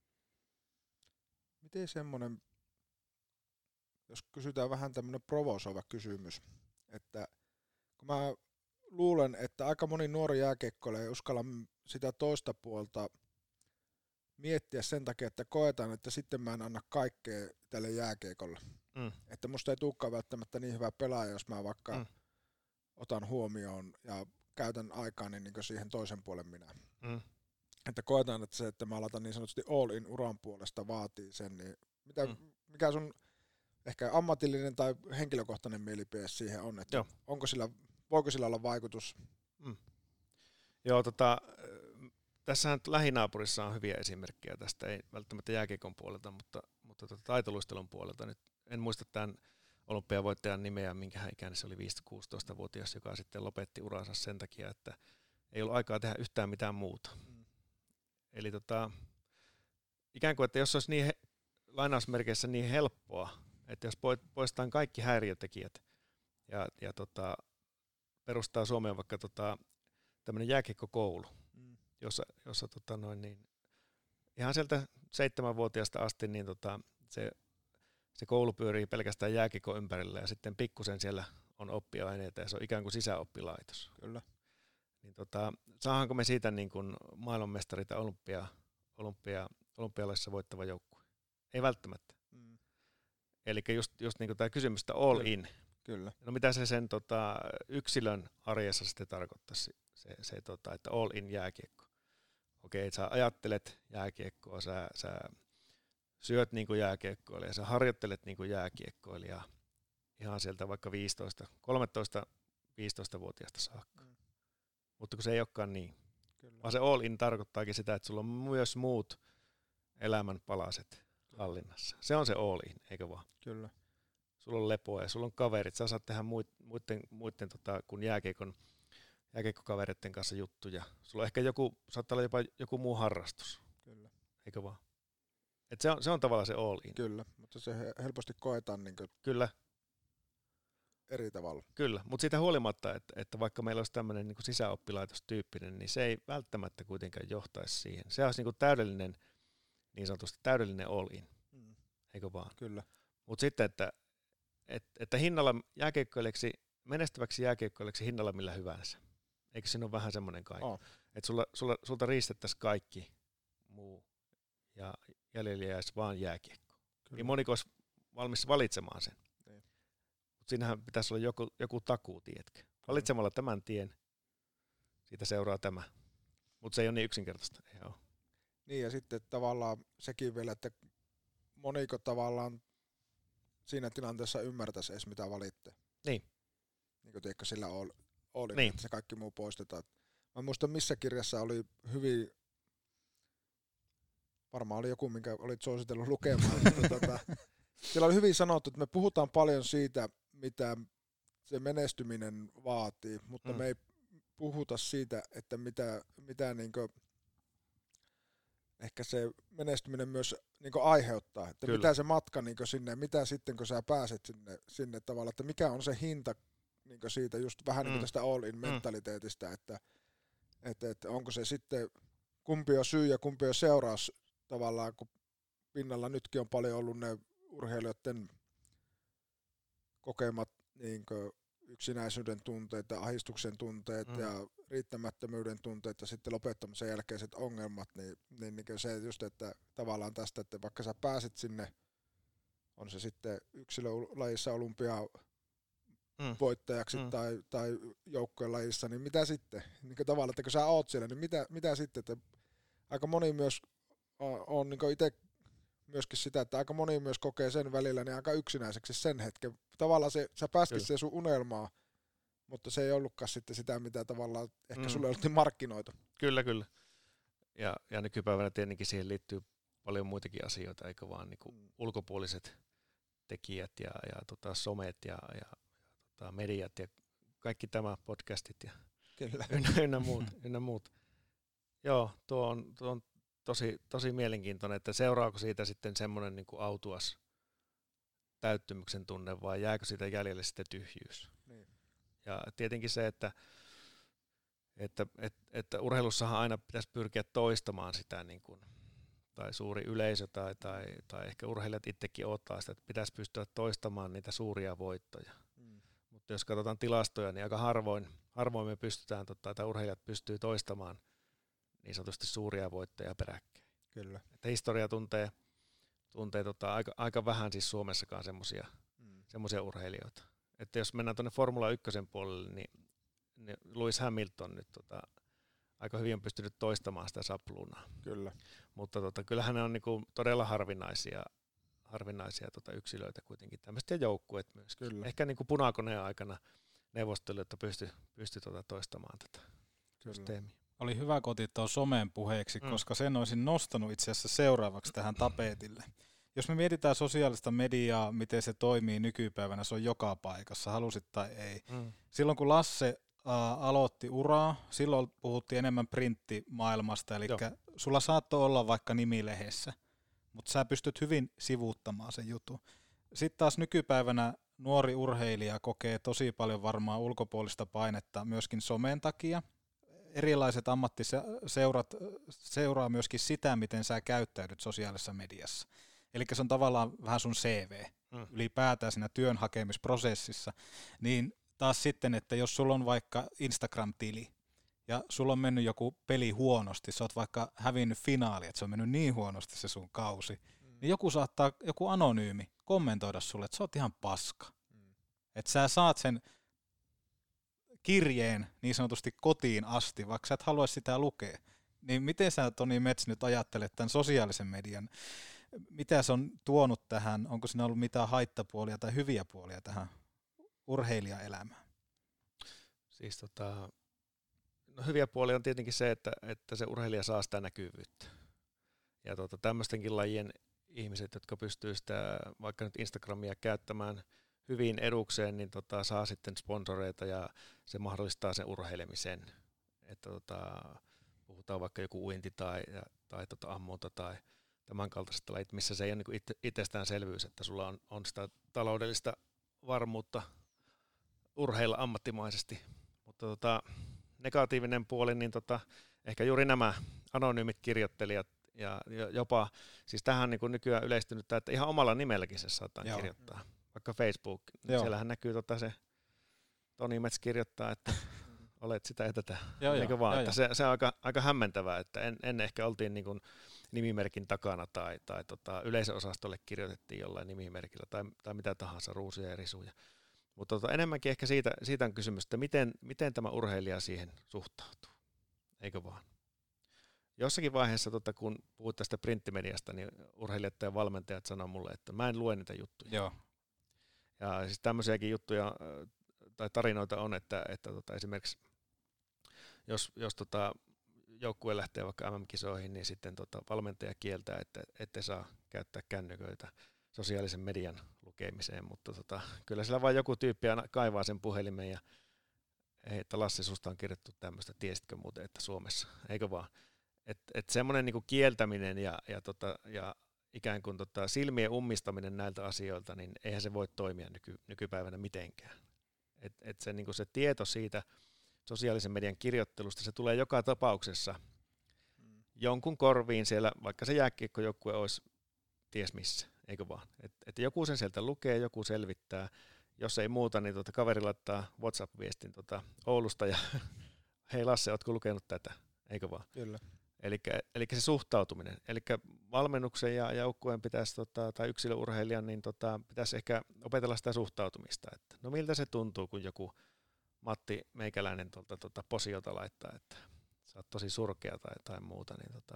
S10: Miten semmoinen, jos kysytään vähän tämmöinen provosoiva kysymys, että kun mä luulen, että aika moni nuori jääkiekkoilija ei uskalla sitä toista puolta miettiä sen takia, että koetaan, että sitten mä en anna kaikkea tälle jääkiekolle. Mm. Että musta ei tulekaan välttämättä niin hyvä pelaaja, jos mä vaikka mm. otan huomioon ja käytän aikaani niin siihen toisen puolen minä. Mm. Että koetaan, että se, että mä aloitan niin sanotusti all in uran puolesta vaatii sen, niin mitä, mm. mikä sun ehkä ammatillinen tai henkilökohtainen mielipide siihen on, että onko sillä, voiko sillä olla vaikutus?
S11: Mm. Joo, tota... Tässähän lähinaapurissa on hyviä esimerkkejä tästä, ei välttämättä jääkiekon puolelta, mutta, mutta tuota taitoluistelun puolelta. Nyt en muista tämän olympiavoittajan nimeä, minkä hän ikäinen se oli viisitoista-kuusitoista-vuotias, joka sitten lopetti uransa sen takia, että ei ollut aikaa tehdä yhtään mitään muuta. Mm. Eli tota, ikään kuin, että jos olisi niin he, lainausmerkeissä niin helppoa, että jos poistetaan kaikki häiriötekijät ja, ja tota, perustaa Suomeen vaikka tota, tämmöinen jääkiekkokoulu, jossa, jossa tota noin, niin, ihan sieltä seitsemänvuotiaasta asti niin tota, se, se koulu pyörii pelkästään jääkiekon ympärillä ja sitten pikkusen siellä on oppiaineita ja se on ikään kuin sisäoppilaitos.
S10: Kyllä.
S11: Niin tota, saadaanko me siitä niin kuin maailmanmestari tai olympia, olympia, olympialaisissa voittava joukkue? Ei välttämättä. Eli just, just niin kuin tämä kysymys, että all
S10: Kyllä.
S11: in.
S10: Kyllä.
S11: No mitä se sen tota, yksilön arjessa sitten tarkoittaisi, se, se tota, että all in jääkiekko? Okei, sä ajattelet jääkiekkoa, sä, sä syöt niin kuin jääkiekkoilija, sä harjoittelet niin kuin jääkiekkoilija ihan sieltä vaikka viisitoista, kolmetoista viisitoista-vuotiaasta saakka. Mm. Mutta kun se ei olekaan niin. Kyllä. Vaan se all in tarkoittaakin sitä, että sulla on myös muut elämän palaset hallinnassa. Se on se all in, eikö vaan?
S10: Kyllä.
S11: Sulla on lepoa ja sulla on kaverit. Sä saat tehdä muiden, muiden tota, kun jääkiekon, jääkiekkokavereiden kanssa juttuja. Sulla on ehkä joku, saattaa olla jopa joku muu harrastus.
S10: Kyllä.
S11: Eikö vaan? Et se, on, se on tavallaan se all in.
S10: Kyllä, mutta se helposti koetaan niin
S11: Kyllä.
S10: eri tavalla.
S11: Kyllä, mutta siitä huolimatta, että, että vaikka meillä olisi tämmöinen niin kuin sisäoppilaitostyyppinen, niin se ei välttämättä kuitenkaan johtaisi siihen. Se olisi niin kuin täydellinen, niin sanotusti täydellinen all in, mm. eikö vaan?
S10: Kyllä.
S11: Mutta sitten, että, että, että hinnalla jääkiekkoilijaksi, menestyväksi jääkiekkoilijaksi hinnalla millä hyvänsä. Eikö siinä ole vähän semmoinen kaikki? Oh. Että sulla, sulla, sulta riistettäisiin kaikki muu ja jäljellä jäisi vaan jääkiekko. Kyllä. Niin moniko olisi valmis valitsemaan sen. Mutta siinähän pitäisi olla joku, joku takuu, tiedätkö? Valitsemalla tämän tien, siitä seuraa tämä. Mutta se ei ole niin yksinkertaista. Ei ole.
S10: Niin ja sitten tavallaan sekin vielä, että moniko tavallaan siinä tilanteessa ymmärtäisi edes mitä valitte.
S11: Niin.
S10: Niin kuin tiedätkö, sillä oli, oli
S11: niin.
S10: että se kaikki muu poistetaan. Mä muistan missä kirjassa oli hyvin, varmaan oli joku, minkä olit suositellut lukemaan. mutta tota, siellä oli hyvin sanottu, että me puhutaan paljon siitä, mitä se menestyminen vaatii, mutta mm. me ei puhuta siitä, että mitä, mitä niinkö, ehkä se menestyminen myös niinkö aiheuttaa, että Kyllä. mitä se matka niinkö sinne, mitä sitten kun sä pääset sinne, sinne tavalla, että mikä on se hinta niinkö siitä just vähän mm. niin kuin tästä all-in mentaliteetistä, mm. että, että, että onko se sitten, kumpi on syy ja kumpi on seuraus tavallaan, kun pinnalla nytkin on paljon ollut ne urheilijoiden kokemat niin yksinäisyyden tunteet ja ahdistuksen tunteet mm. ja riittämättömyyden tunteet ja sitten lopettamisen jälkeiset ongelmat, niin, niin, niin se just, että tavallaan tästä, että vaikka sä pääsit sinne, on se sitten yksilölajissa olympia mm. voittajaksi mm. tai, tai joukkojen lajissa, niin mitä sitten? Niin tavallaan, että kun sä oot siellä, niin mitä, mitä sitten? Että aika moni myös on, on niin itse myöskin sitä, että aika moni myös kokee sen välillä niin aika yksinäiseksi sen hetken. Tavallaan se, sä pääskin se sun unelmaa, mutta se ei ollutkaan sitten sitä, mitä tavallaan ehkä mm. sulle oltiin markkinoitu.
S11: Kyllä, kyllä. Ja, ja nykypäivänä tietenkin siihen liittyy paljon muitakin asioita, eikä vaan niinku mm. ulkopuoliset tekijät ja, ja tota somet ja, ja tota mediat ja kaikki tämä podcastit ja
S10: kyllä.
S11: Ynnä, ynnä, muut, ynnä muut. Joo, tuo on, tuo on Tosi, tosi mielenkiintoinen, että seuraako siitä sitten semmoinen niin kuin autuas täyttymyksen tunne vai jääkö siitä jäljelle sitten tyhjyys. Niin. Ja tietenkin se, että, että, että, että urheilussahan aina pitäisi pyrkiä toistamaan sitä, niin kuin, tai suuri yleisö tai, tai, tai ehkä urheilijat itsekin odottaa sitä, että pitäisi pystyä toistamaan niitä suuria voittoja. Mm. Mutta jos katsotaan tilastoja, niin aika harvoin, harvoin me pystytään, tota, tai urheilijat pystyy toistamaan niin sanotusti suuria voittoja peräkkäin.
S10: Kyllä.
S11: Että historia tuntee, tuntee tota, aika, aika vähän siis Suomessakaan semmoisia mm. semmoisia urheilijoita. Että jos mennään tuonne Formula ykkösen puolelle, niin, niin Lewis Hamilton nyt tota, aika hyvin on pystynyt toistamaan sitä sapluunaa.
S10: Kyllä.
S11: Mutta tota, kyllähän ne on niinku todella harvinaisia, harvinaisia tota, yksilöitä kuitenkin, tämmöiset ja joukkueet myös.
S10: Kyllä.
S11: Ehkä niinku punakoneen aikana neuvostelijoita pysty, pysty tota, toistamaan tätä systeemiä.
S8: Oli hyvä, kun otit tuon somen puheeksi, mm. koska sen olisin nostanut itse asiassa seuraavaksi tähän tapetille. Jos me mietitään sosiaalista mediaa, miten se toimii nykypäivänä, se on joka paikassa, halusit tai ei. Mm. Silloin kun Lasse äh, aloitti uraa, silloin puhuttiin enemmän printtimaailmasta, eli Joo. sulla saattoi olla vaikka nimilehdessä, mutta sä pystyt hyvin sivuuttamaan sen jutun. Sitten taas nykypäivänä nuori urheilija kokee tosi paljon varmaan ulkopuolista painetta myöskin somen takia. Erilaiset ammattiseurat seuraa myöskin sitä, miten sä käyttäydyt sosiaalisessa mediassa. Eli se on tavallaan vähän sun C V mm. ylipäätään siinä työn hakemisprosessissa. Niin taas sitten, että jos sulla on vaikka Instagram-tili ja sulla on mennyt joku peli huonosti, sä oot vaikka hävinnyt finaali, että se on mennyt niin huonosti se sun kausi, mm. niin joku saattaa, joku anonyymi, kommentoida sulle, että sä oot ihan paska. Mm. Että sä saat sen kirjeen niin sanotusti kotiin asti, vaikka sä et halua sitä lukea. Niin miten sä, Toni Mets, nyt ajattelet tämän sosiaalisen median? Mitä se on tuonut tähän? Onko siinä ollut mitään haittapuolia tai hyviä puolia tähän urheilijaelämään?
S11: Siis tota, no hyviä puolia on tietenkin se, että, että se urheilija saa sitä näkyvyyttä. Ja tota, tämmöistenkin lajien ihmiset, jotka pystyy sitä vaikka nyt Instagramia käyttämään hyvin edukseen, niin tota, saa sitten sponsoreita ja se mahdollistaa sen urheilemisen. Että tota, puhutaan vaikka joku uinti tai, tai tota ammunta tai tämän kaltaisesta lajit, missä se ei ole niin itse, itsestäänselvyys, että sulla on, on sitä taloudellista varmuutta urheilla ammattimaisesti. Mutta tota, negatiivinen puoli, niin tota, ehkä juuri nämä anonyymit kirjoittelijat ja jopa, siis tähän on niin kuin nykyään yleistynyt, että ihan omalla nimelläkin se saattaa Joo. kirjoittaa. Vaikka Facebook, niin siellähän näkyy tota se Toni Mets kirjoittaa, että olet sitä ja tätä.
S8: Joo,
S11: Eikö
S8: jo,
S11: vaan,
S8: jo,
S11: että se, se on aika, aika hämmentävää, että en, ennen ehkä oltiin niin kuin nimimerkin takana tai, tai tota, yleisöosastolle kirjoitettiin jollain nimimerkillä tai, tai mitä tahansa, ruusuja ja risuja. Mutta tota, enemmänkin ehkä siitä, siitä on kysymys, että miten, miten tämä urheilija siihen suhtautuu, eikö vaan? Jossakin vaiheessa, tota, kun puhut tästä printtimediasta, niin urheilijat ja valmentajat sanoo mulle, että mä en lue niitä juttuja.
S8: Joo.
S11: Ja siis tämmöisiäkin juttuja tai tarinoita on, että, että tota, esimerkiksi jos, jos tota, joukkue lähtee vaikka M M-kisoihin, niin sitten tota, valmentaja kieltää, että ette saa käyttää kännyköitä sosiaalisen median lukemiseen, mutta tota, kyllä siellä vain joku tyyppi aina kaivaa sen puhelimen ja hei, että Lassi, susta on kirjoittu tämmöistä, tiesitkö muuten, että Suomessa, eikö vaan? Että et semmoinen niinku kieltäminen ja, ja, tota, ja ikään kuin tota silmien ummistaminen näiltä asioilta, niin eihän se voi toimia nyky, nykypäivänä mitenkään. Et, et se, niinku se tieto siitä sosiaalisen median kirjoittelusta, se tulee joka tapauksessa mm. jonkun korviin siellä, vaikka se jääkiekkojoukkue olisi ties missä, eikö vaan. Et, et joku sen sieltä lukee, joku selvittää. Jos ei muuta, niin tota kaveri laittaa WhatsApp-viestin tota Oulusta ja hei Lasse, ootko lukenut tätä, eikö vaan?
S10: Kyllä.
S11: Eli se suhtautuminen. Eli valmennuksen ja joukkueen pitäisi, tota, tai yksilöurheilijan, niin tota, pitäisi ehkä opetella sitä suhtautumista. Että no miltä se tuntuu, kun joku Matti Meikäläinen tuolta tota, posiota laittaa, että sä oot tosi surkea tai, tai muuta, niin tota,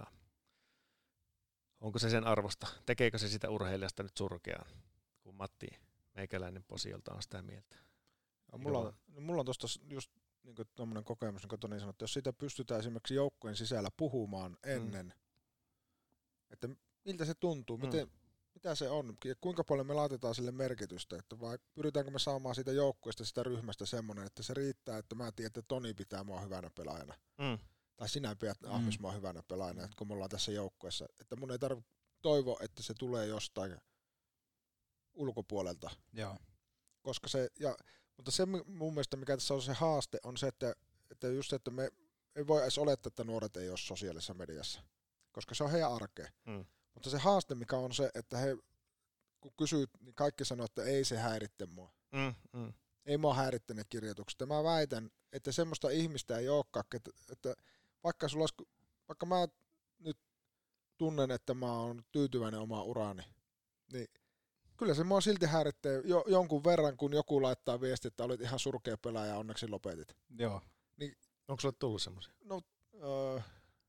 S11: onko se sen arvosta? Tekeekö se sitä urheilijasta nyt surkeaa, kun Matti Meikäläinen posiolta on sitä mieltä?
S10: No, mulla, on, no, mulla on tuosta just niin tuommoinen kokemus, niin kuin Toni sanoi, että jos siitä pystytään esimerkiksi joukkueen sisällä puhumaan ennen, mm. että miltä se tuntuu, miten, mm. mitä se on, ja kuinka paljon me laitetaan sille merkitystä, että vai pyritäänkö me saamaan siitä joukkueesta, sitä ryhmästä semmoinen, että se riittää, että mä tiedän, että Toni pitää mua hyvänä pelaajana. Mm. Tai sinä pidät mm. Ahmis mua hyvänä pelaajana, että kun me ollaan tässä joukkueessa, että mun ei tarvitse toivoa, että se tulee jostain ulkopuolelta.
S8: Joo.
S10: Koska se, ja mutta se mun mielestä, mikä tässä on se haaste, on se, että, että just se, että me ei voi edes olettaa, että nuoret ei ole sosiaalisessa mediassa, koska se on heidän arkea. Mm. Mutta se haaste, mikä on se, että he, kun kysyt, niin kaikki sanoo, että ei se häiritte mua. Mm, mm. Ei mua häiritte ne kirjoitukset. Ja mä väitän, että semmoista ihmistä ei olekaan, että, että vaikka, sulla olisi, vaikka mä nyt tunnen, että mä oon tyytyväinen omaan uraani, niin kyllä se mua silti häiritsee jo, jonkun verran, kun joku laittaa viesti, että olit ihan surkea pelaaja ja onneksi lopetit.
S8: Joo.
S10: Niin,
S11: onko sulle tullut semmoisia?
S10: No, öö,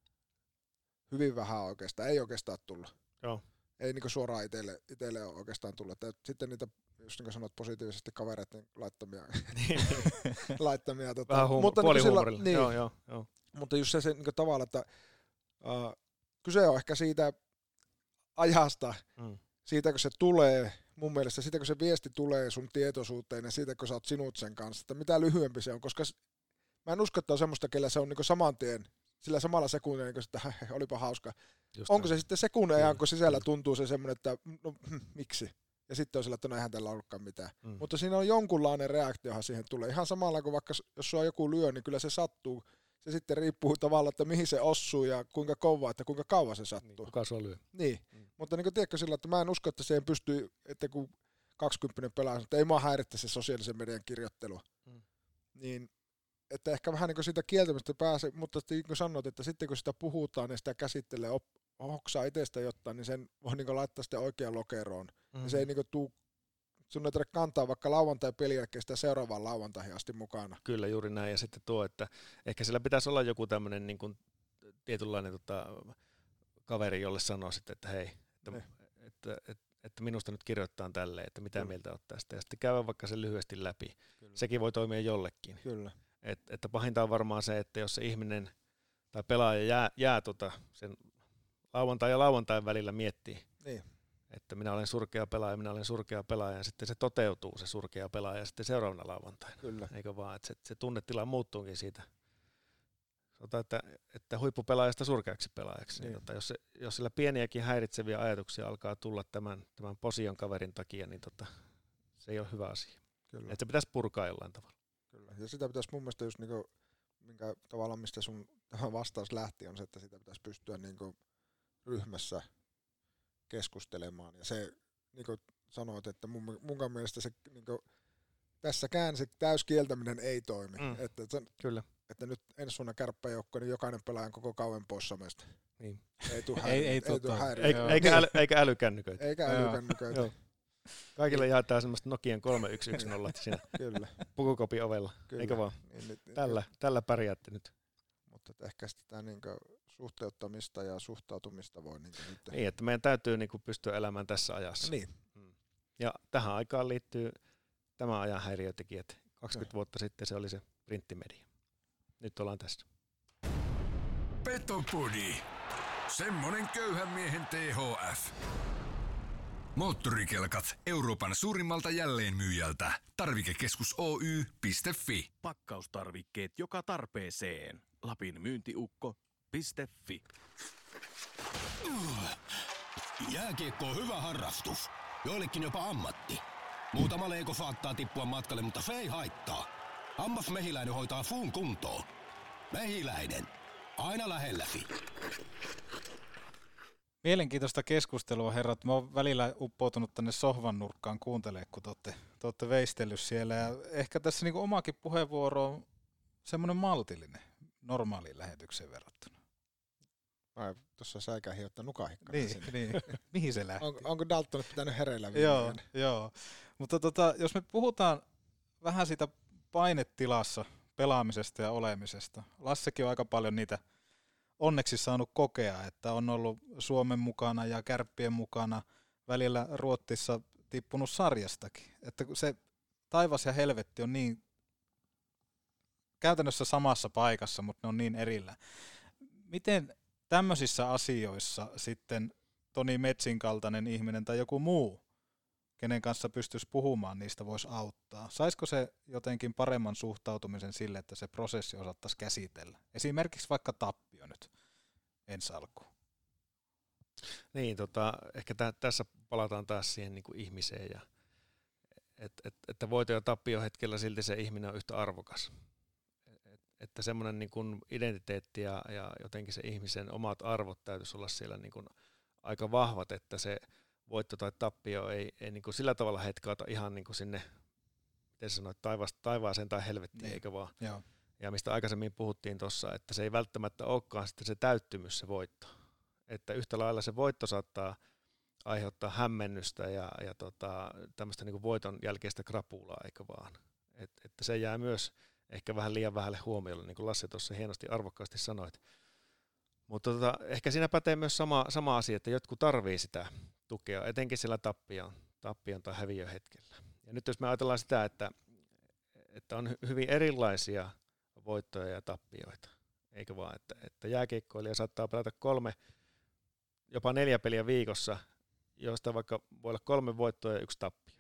S10: hyvin vähän oikeastaan. Ei oikeastaan tullut.
S11: Joo.
S10: Ei niinku suoraan itselle, itselle ole oikeastaan tullut. Et sitten niitä, jos niin sanot positiivisesti kavereiden laittamia. laittamia tota,
S11: vähän huum-
S10: mutta
S11: puolihuumorilla.
S10: Niin,
S11: joo, joo, joo.
S10: Mutta just se, se niin tavalla, että uh, kyse on ehkä siitä ajasta, mm. siitä kun se tulee, mun mielestä siitä kun se viesti tulee sun tietoisuuteen ja siitä kun sä oot sinut sen kanssa, että mitä lyhyempi se on, koska mä en usko, että on semmoista, kellä se on niin saman tien, sillä samalla sekunnilla, niin että hei, olipa hauska. Just onko se sitten sekunnin ajan, kun sisällä tuntuu se semmoinen, että no hm, miksi? Ja sitten on sillä, että no eihän tällä ollutkaan mitään. Mm. Mutta siinä on jonkunlainen reaktiohan siihen tulee. Ihan samalla kuin vaikka jos sua joku lyö, niin kyllä se sattuu. Se sitten riippuu tavallaan, että mihin se osuu ja kuinka kovaa, että kuinka kauan se sattuu. Niin,
S11: kuka sua lyö.
S10: Niin, mm. mutta niin kuin tiedätkö sillä, että mä en usko, että siihen pystyy, että kun kaksikymppinen pelaa, että ei mua häirittä se sosiaalisen median kirjoittelu. Mm. Niin, että ehkä vähän niin kuin siitä kieltämistä pääsee, mutta niin kuin sanoit, että sitten kun sitä puhutaan ja sitä käsittelee, op, hoksaa itsestä jotain, niin sen voi niin kuin laittaa sitten oikean lokeroon. Mm. Ja se ei niin kuin tuu sun ei tarvitse kantaa vaikka lauantai-pelin jälkeen sitä seuraavaan lauantaihin asti mukana.
S11: Kyllä, juuri näin. Ja sitten tuo, että ehkä sillä pitäisi olla joku tämmöinen niin kuin tietynlainen tota, kaveri, jolle sanoo sitten, että hei, että, että, että, että minusta nyt kirjoittaa tälleen, että mitä Kyllä. mieltä olet tästä. Ja sitten käydä vaikka sen lyhyesti läpi. Kyllä. Sekin voi toimia jollekin.
S10: Kyllä.
S11: Et, että pahinta on varmaan se, että jos se ihminen tai pelaaja jää, jää tota sen lauantai ja lauantain välillä miettii,
S10: niin.
S11: että minä olen surkea pelaaja, minä olen surkea pelaaja, ja sitten se toteutuu se surkea pelaaja sitten seuraavana lauantaina.
S10: Kyllä.
S11: Eikö vaan, että se, se tunnetila muuttuukin siitä, sanotaan, että, että huippupelaajasta surkeaksi pelaajaksi. Niin. Niin, tota, jos, se, jos sillä pieniäkin häiritseviä ajatuksia alkaa tulla tämän, tämän posion kaverin takia, niin tota, se ei ole hyvä asia. Kyllä. Että se pitäisi purkaa jollain tavalla.
S10: Kyllä, ja sitä pitäisi mun mielestä just niinku, minkä tavallaan mistä sun tämä vastaus lähti, on se, että sitä pitäisi pystyä niinku ryhmässä keskustelemaan. Ja se, niin kuin sanoit, että mun, munkaan mielestä se niin kuin, tässäkään se täyskieltäminen ei toimi.
S11: Mm.
S10: Että, se,
S11: Kyllä.
S10: että nyt ensi vuonna kärppäjoukko, niin jokainen pelaaja koko kauan pois somesta.
S11: Niin.
S10: Ei tule häiriöitä.
S8: ei, ei,
S10: ei tule häiriö.
S11: Eikä, eikä, äly, eikä älykännyköitä.
S10: Eikä älykännyköitä.
S11: Kaikille jaetaan semmoista Nokian kolme yksi yksi nolla siinä
S10: Kyllä.
S11: pukukopin ovella.
S10: Kyllä.
S11: Eikö vaan?
S10: Niin, nyt,
S11: tällä,
S10: nyt.
S11: tällä pärjäätte nyt.
S10: Mutta ehkä sitä niin suhteuttamista ja suhtautumista voi niin nyt.
S11: Niin, että meidän täytyy niin pystyä elämään tässä ajassa.
S10: Niin.
S11: Ja tähän aikaan liittyy tämän ajan häiriötekijät. kaksikymmentä vuotta sitten se oli se printtimedia. Nyt ollaan tässä.
S7: Petopodi. Semmonen köyhän miehen T H F. Moottorikelkat Euroopan suurimmalta jälleenmyyjältä. Tarvikekeskus Oy piste fi.
S9: Pakkaustarvikkeet joka tarpeeseen. Lapin myyntiukko piste fi.
S2: Jääkiekko on hyvä harrastus. Joillekin jopa ammatti. Muutama leiko saattaa tippua matkalle, mutta se ei haittaa. Hammas Mehiläinen hoitaa fuun kuntoon. Mehiläinen. Aina lähelläsi.
S8: Mielenkiintoista keskustelua, herrat. Mä oon välillä uppoutunut tänne sohvan nurkkaan kuuntelemaan, kun te ootte, te ootte veistellyt siellä. Ja ehkä tässä niinku omakin puheenvuoro on semmoinen maltillinen normaaliin lähetykseen verrattuna.
S10: Ai, tuossa säikähin ottaa nukahikkaa.
S8: Niin, niin. Mihin se lähti?
S10: On, onko Dalton pitänyt hereillä?
S8: Joo, joo. Mutta tota, jos me puhutaan vähän siitä painetilassa pelaamisesta ja olemisesta. Lassekin on aika paljon niitä onneksi saanut kokea, että on ollut Suomen mukana ja Kärppien mukana, välillä Ruotsissa tippunut sarjastakin. Että se taivas ja helvetti on niin käytännössä samassa paikassa, mutta ne on niin erillä. Miten tämmöisissä asioissa sitten Toni Metsin kaltainen ihminen tai joku muu, kenen kanssa pystyisi puhumaan, niistä voisi auttaa? Saisiko se jotenkin paremman suhtautumisen sille, että se prosessi osattaisi käsitellä? Esimerkiksi vaikka tappio nyt ensi alkuun.
S11: Niin, tota, ehkä tä, tässä palataan taas siihen niin kuin ihmiseen, ja, et, et, että voito- ja tappio hetkellä silti se ihminen on yhtä arvokas. Et, että semmoinen niin kuin identiteetti ja, ja jotenkin se ihmisen omat arvot täytyisi olla siellä niin kuin aika vahvat, että se voitto tai tappio ei, ei niin kuin sillä tavalla hetkauta ihan niin kuin sinne, miten sanoit, taivaaseen tai helvettiin, niin. Eikö vaan?
S8: Joo.
S11: Ja mistä aikaisemmin puhuttiin tuossa, että se ei välttämättä olekaan sitten se täyttymys, se voitto. Että yhtä lailla se voitto saattaa aiheuttaa hämmennystä ja, ja tota, tämmöistä niin kuin voiton jälkeistä krapulaa, eikö vaan? Et, että se jää myös ehkä vähän liian vähälle huomiolle, niin kuin Lasse tuossa hienosti arvokkaasti sanoit. Mutta tota, ehkä siinä pätee myös sama, sama asia, että jotkut tarvii sitä tukea, etenkin sillä tappion, tappion tai häviön hetkellä. Ja nyt jos me ajatellaan sitä, että, että on hyvin erilaisia voittoja ja tappioita, eikö vaan, että, että jääkiekkoilija saattaa pelata kolme, jopa neljä peliä viikossa, joista vaikka voi olla kolme voittoa ja yksi tappio.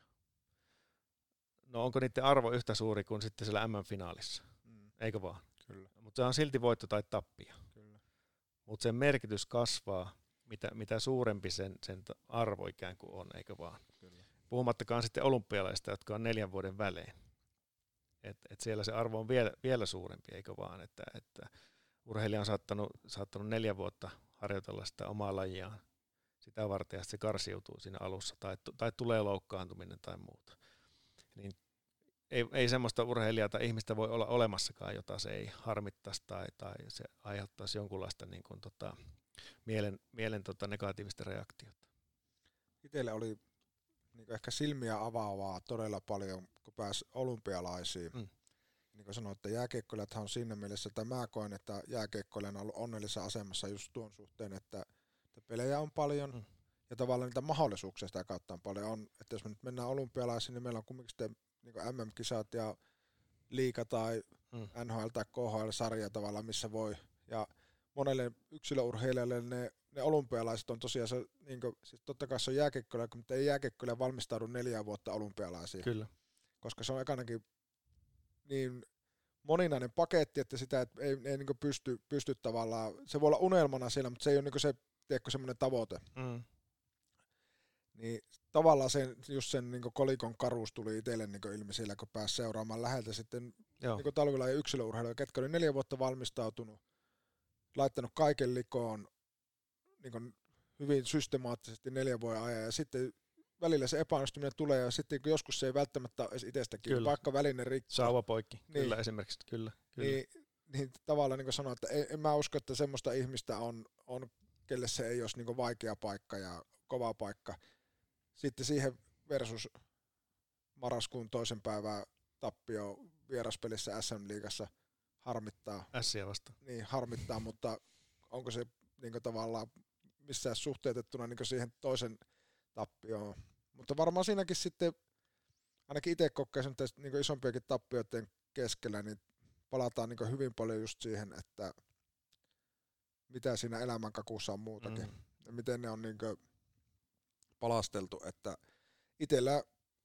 S11: No onko niiden arvo yhtä suuri kuin sitten siellä M M-finaalissa? Mm. Eikö vaan?
S10: Kyllä.
S11: Mutta se on silti voitto tai tappio. Mutta sen merkitys kasvaa, mitä, mitä suurempi sen, sen arvo ikään kuin on, eikö vaan? Kyllä. Puhumattakaan sitten olympialaista, jotka on neljän vuoden välein. Et, et siellä se arvo on vielä, vielä suurempi, eikö vaan? Että, että urheilija on saattanut, saattanut neljä vuotta harjoitella sitä omaa lajiaan sitä varten, että se karsiutuu siinä alussa, tai, tai tulee loukkaantuminen tai muuta. Niin ei, ei semmoista urheilijaa tai ihmistä voi olla olemassakaan, jota se ei harmittaisi tai, tai se aiheuttaisi jonkunlaista niin kuin, tota, mielen, mielen tota, negatiivista reaktiota.
S10: Itselle oli niin ehkä silmiä avaavaa todella paljon, kun pääsi olympialaisiin. Mm. Niin kuin sanoin, että jääkiekkoilijathan on siinä mielessä, että mä koen, että jääkiekkoilijana on ollut onnellisessa asemassa just tuon suhteen, että, että pelejä on paljon mm. ja tavallaan niitä mahdollisuuksia sitä kautta on paljon. On, että jos me nyt mennään olympialaisiin, niin meillä on kumminkin sitten niin kuin M M-kisat ja liiga tai mm. N H L tai K H L-sarja tavallaan, missä voi. Ja monelle yksilöurheilijalle ne, ne olympialaiset on tosiaan se, niin kuin, siis totta kai se on jääkiekkoilija, mutta ei jääkiekkoilija valmistaudu neljä vuotta olympialaisiin. Kyllä. Koska se on ekanakin niin moninainen paketti, että sitä et ei, ei niin pysty, pysty tavallaan, se voi olla unelmana siellä, mutta se ei ole niin se, tiedätkö, semmoinen tavoite. Mm. Niin tavallaan sen, just sen niin kolikon karuus tuli itselle niin ilmi siellä, kun pääsi seuraamaan läheltä sitten niin talvilla ja yksilöurheilua, ketkä oli neljä vuotta valmistautunut, laittanut kaiken likoon niin hyvin systemaattisesti neljän vuoden ajan, ja sitten välillä se epäonnistuminen tulee, ja sitten kun joskus se ei välttämättä ole edes itsestäkin, vaikka välinen rikko.
S11: Sauvapoikki, niin, kyllä esimerkiksi, kyllä. kyllä.
S10: Niin, niin tavallaan niin kuin sanoin, että en, en mä usko, että semmoista ihmistä on, on kelle se ei olisi niin vaikea paikka ja kova paikka. Sitten siihen versus marraskuun toisen päivän tappio vieraspelissä S M-liigassa harmittaa.
S11: Ässiä vasta.
S10: Niin, harmittaa, mutta onko se niin kuin tavallaan missään suhteutettuna niin kuin siihen toisen tappioon. Mutta varmaan siinäkin sitten, ainakin itse kokee sen niin kuin isompiakin tappioiden keskellä, niin palataan niin kuin hyvin paljon just siihen, että mitä siinä elämänkakussa on muutakin. Mm. Ja miten ne on niin kuin palasteltu, että itsellä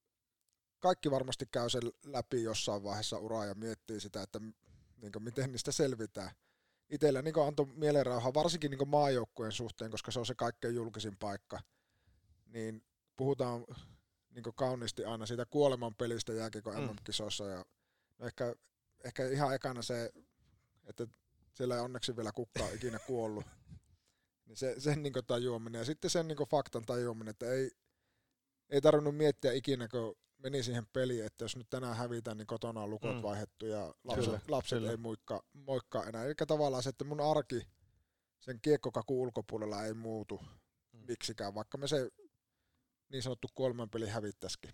S10: kaikki varmasti käy sen läpi jossain vaiheessa uraa ja miettii sitä, että niin kuin miten niistä selvitään. Itsellä niin kuin antoi mielenrauhaa, varsinkin niin kuin maajoukkueen suhteen, koska se on se kaikkein julkisin paikka. Niin puhutaan niin kuin kauniisti aina siitä kuoleman pelistä jääkiekon mm. M M-kisoissa. Ja no ehkä, ehkä ihan ekana se, että siellä ei onneksi vielä kukaan ikinä kuollut. Niin se, sen niin kuin tajuaminen ja sitten sen niin kuin faktan tajuaminen, että ei, ei tarvinnut miettiä ikinä, kun meni siihen peliin, että jos nyt tänään hävitään, niin kotona on lukot mm. vaihdettu ja lapset, kyllä, lapset kyllä. ei moikkaa, moikkaa enää. Eli tavallaan se, että mun arki sen kiekkokakun ulkopuolella ei muutu mm. miksikään, vaikka me se niin sanottu kolmen peli hävittäisikin.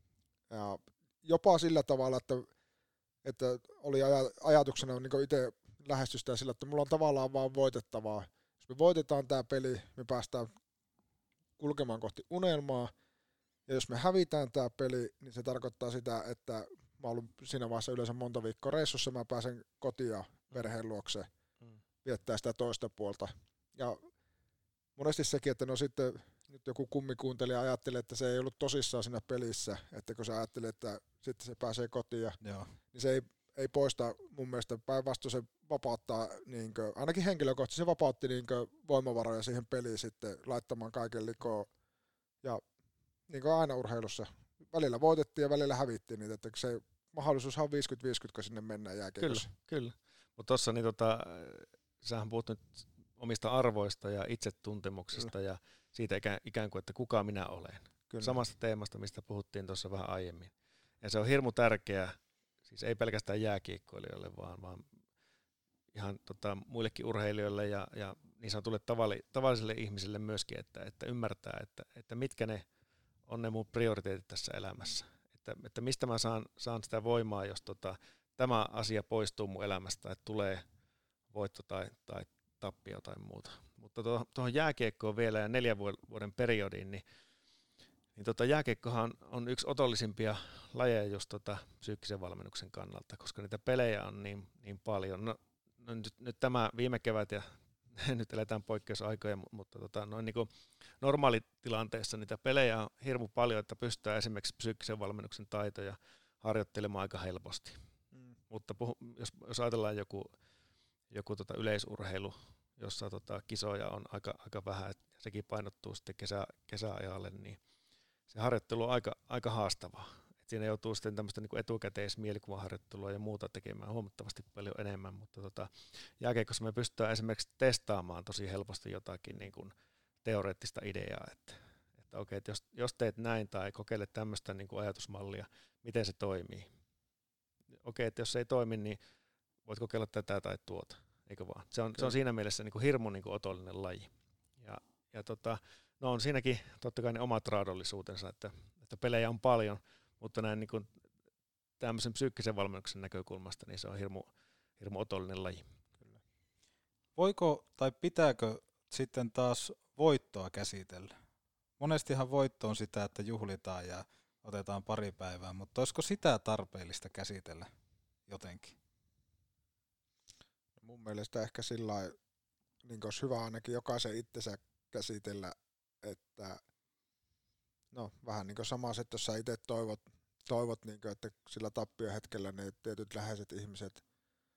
S10: Ja jopa sillä tavalla, että, että oli ajatuksena niin itse lähestystää sillä, että mulla on tavallaan vaan voitettavaa. Jos me voitetaan tämä peli, me päästään kulkemaan kohti unelmaa. Ja jos me hävitään tämä peli, niin se tarkoittaa sitä, että mä oon ollut siinä vaiheessa yleensä monta viikkoa reissussa, mä pääsen kotiin perheen luokse mm. viettää sitä toista puolta. Ja monesti sekin, että no sitten nyt joku kummikuuntelija ajattelee, että se ei ollut tosissaan siinä pelissä, että kun se ajattelee, että sitten se pääsee kotiin, Joo. niin se ei, ei poista mun mielestä, päinvastoin se vapauttaa, niin kuin, ainakin henkilökohtaisesti se vapautti niin kuin voimavaroja siihen peliin sitten laittamaan kaiken likoon. Ja niin kuin aina urheilussa, välillä voitettiin ja välillä hävittiin niitä, että se mahdollisuushan on viisikymmentä viisikymmentä, kun sinne mennään jääkiekossa.
S11: Kyllä, kyllä. Mutta tuossa niin tota, sähän puhut nyt omista arvoista ja itsetuntemuksesta kyllä. ja siitä ikään, ikään kuin, että kuka minä olen. Kyllä. Samasta teemasta, mistä puhuttiin tuossa vähän aiemmin. Ja se on hirmu tärkeää, siis ei pelkästään jääkiekkoilijoille, vaan, vaan ihan tota, muillekin urheilijoille ja, ja niin sanotulle tavalli, tavallisille ihmisille myöskin, että, että ymmärtää, että, että mitkä ne on ne mun prioriteetit tässä elämässä. Että, että mistä mä saan, saan sitä voimaa, jos tota, tämä asia poistuu mun elämästä, että tulee voitto tai, tai tappio tai muuta. Mutta tuohon jääkiekkoon vielä ja neljän vuoden periodiin, niin, niin tota, jääkiekkohan on yksi otollisimpia lajeja just tota, psyykkisen valmennuksen kannalta, koska niitä pelejä on niin, niin paljon. No, no nyt, nyt tämä viime kevät ja nyt eletään poikkeusaikoja, mutta tota, noin niin kuin normaalitilanteessa niitä pelejä on hirmu paljon, että pystytään esimerkiksi psyykkisen valmennuksen taitoja harjoittelemaan aika helposti. Mm. Mutta puhu, jos, jos ajatellaan joku, joku tota yleisurheilu, jossa tota kisoja on aika, aika vähän, ja sekin painottuu sitten kesä, kesäajalle, niin se harjoittelu on aika, aika haastavaa. Et siinä joutuu sitten tämmöistä niin kuin etukäteismielikuvaharjoittelua ja muuta tekemään huomattavasti paljon enemmän, mutta tota, jääkiekossa me pystytään esimerkiksi testaamaan tosi helposti jotakin niin kuin teoreettista ideaa, että, että okei, että jos, jos teet näin tai kokeile tämmöistä niin kuin ajatusmallia, miten se toimii. Okei, että jos se ei toimi, niin voit kokeilla tätä tai tuota, eikö vaan? Se on, se on siinä mielessä niin kuin hirmu niin kuin otollinen laji. Ja, ja tota, no on siinäkin totta kai ne omat raadollisuutensa, että, että että pelejä on paljon, mutta näin niin kuin tämmöisen psyykkisen valmennuksen näkökulmasta, niin se on hirmu, hirmu otollinen laji.
S8: Kyllä. Voiko tai pitääkö sitten taas voittoa käsitellä? Monestihan voitto on sitä, että juhlitaan ja otetaan pari päivää, mutta olisiko sitä tarpeellista käsitellä jotenkin?
S10: Mun mielestä ehkä sillä lailla, niin olisi hyvä ainakin jokaisen itsensä käsitellä, että no vähän niin kuin sama se, että jos sä itse toivot, toivot niin kuin, että sillä tappiohetkellä ne tietyt läheiset ihmiset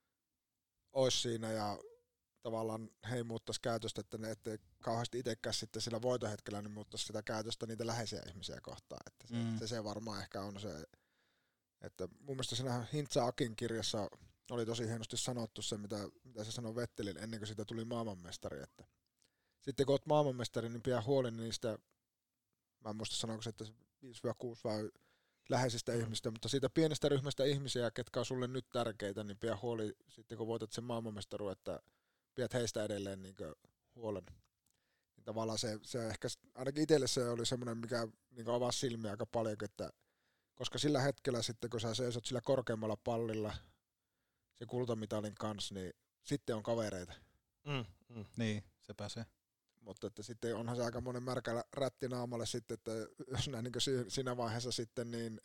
S10: olisi siinä ja tavallaan he ei muuttaisi käytöstä, että ne ettei kauheasti itsekään sitten sillä voitohetkellä niin muuttaisi sitä käytöstä niitä läheisiä ihmisiä kohtaan. Että se, mm. se, se varmaan ehkä on se, että mun mielestä siinä Hintsa Akin kirjassa oli tosi hienosti sanottu se, mitä, mitä se sanoi Vettelin ennen kuin siitä tuli maailmanmestari, että sitten kun olet maailmanmestari, niin pidä huoli niistä, mä en muista sanoiko se, että viisi kuusi vai läheisistä mm. ihmistä, mutta siitä pienestä ryhmästä ihmisiä, ketkä on sulle nyt tärkeitä, niin pidä huoli sitten kun voitat sen maailmanmestaruuden, että pidät heistä edelleen niin huolen. Niin tavallaan se, se ehkä, ainakin itselle se oli semmoinen, mikä niin avasi silmiä aika paljon, että koska sillä hetkellä sitten, kun sä seisot sillä korkeammalla pallilla se kultamitalin kanssa, niin sitten on kavereita.
S11: Mm, mm.
S8: Niin, se pääsee.
S10: Mutta että sitten onhan se aika monen märkä rätti naamalle sitten, että jos näin niin siinä vaiheessa sitten niin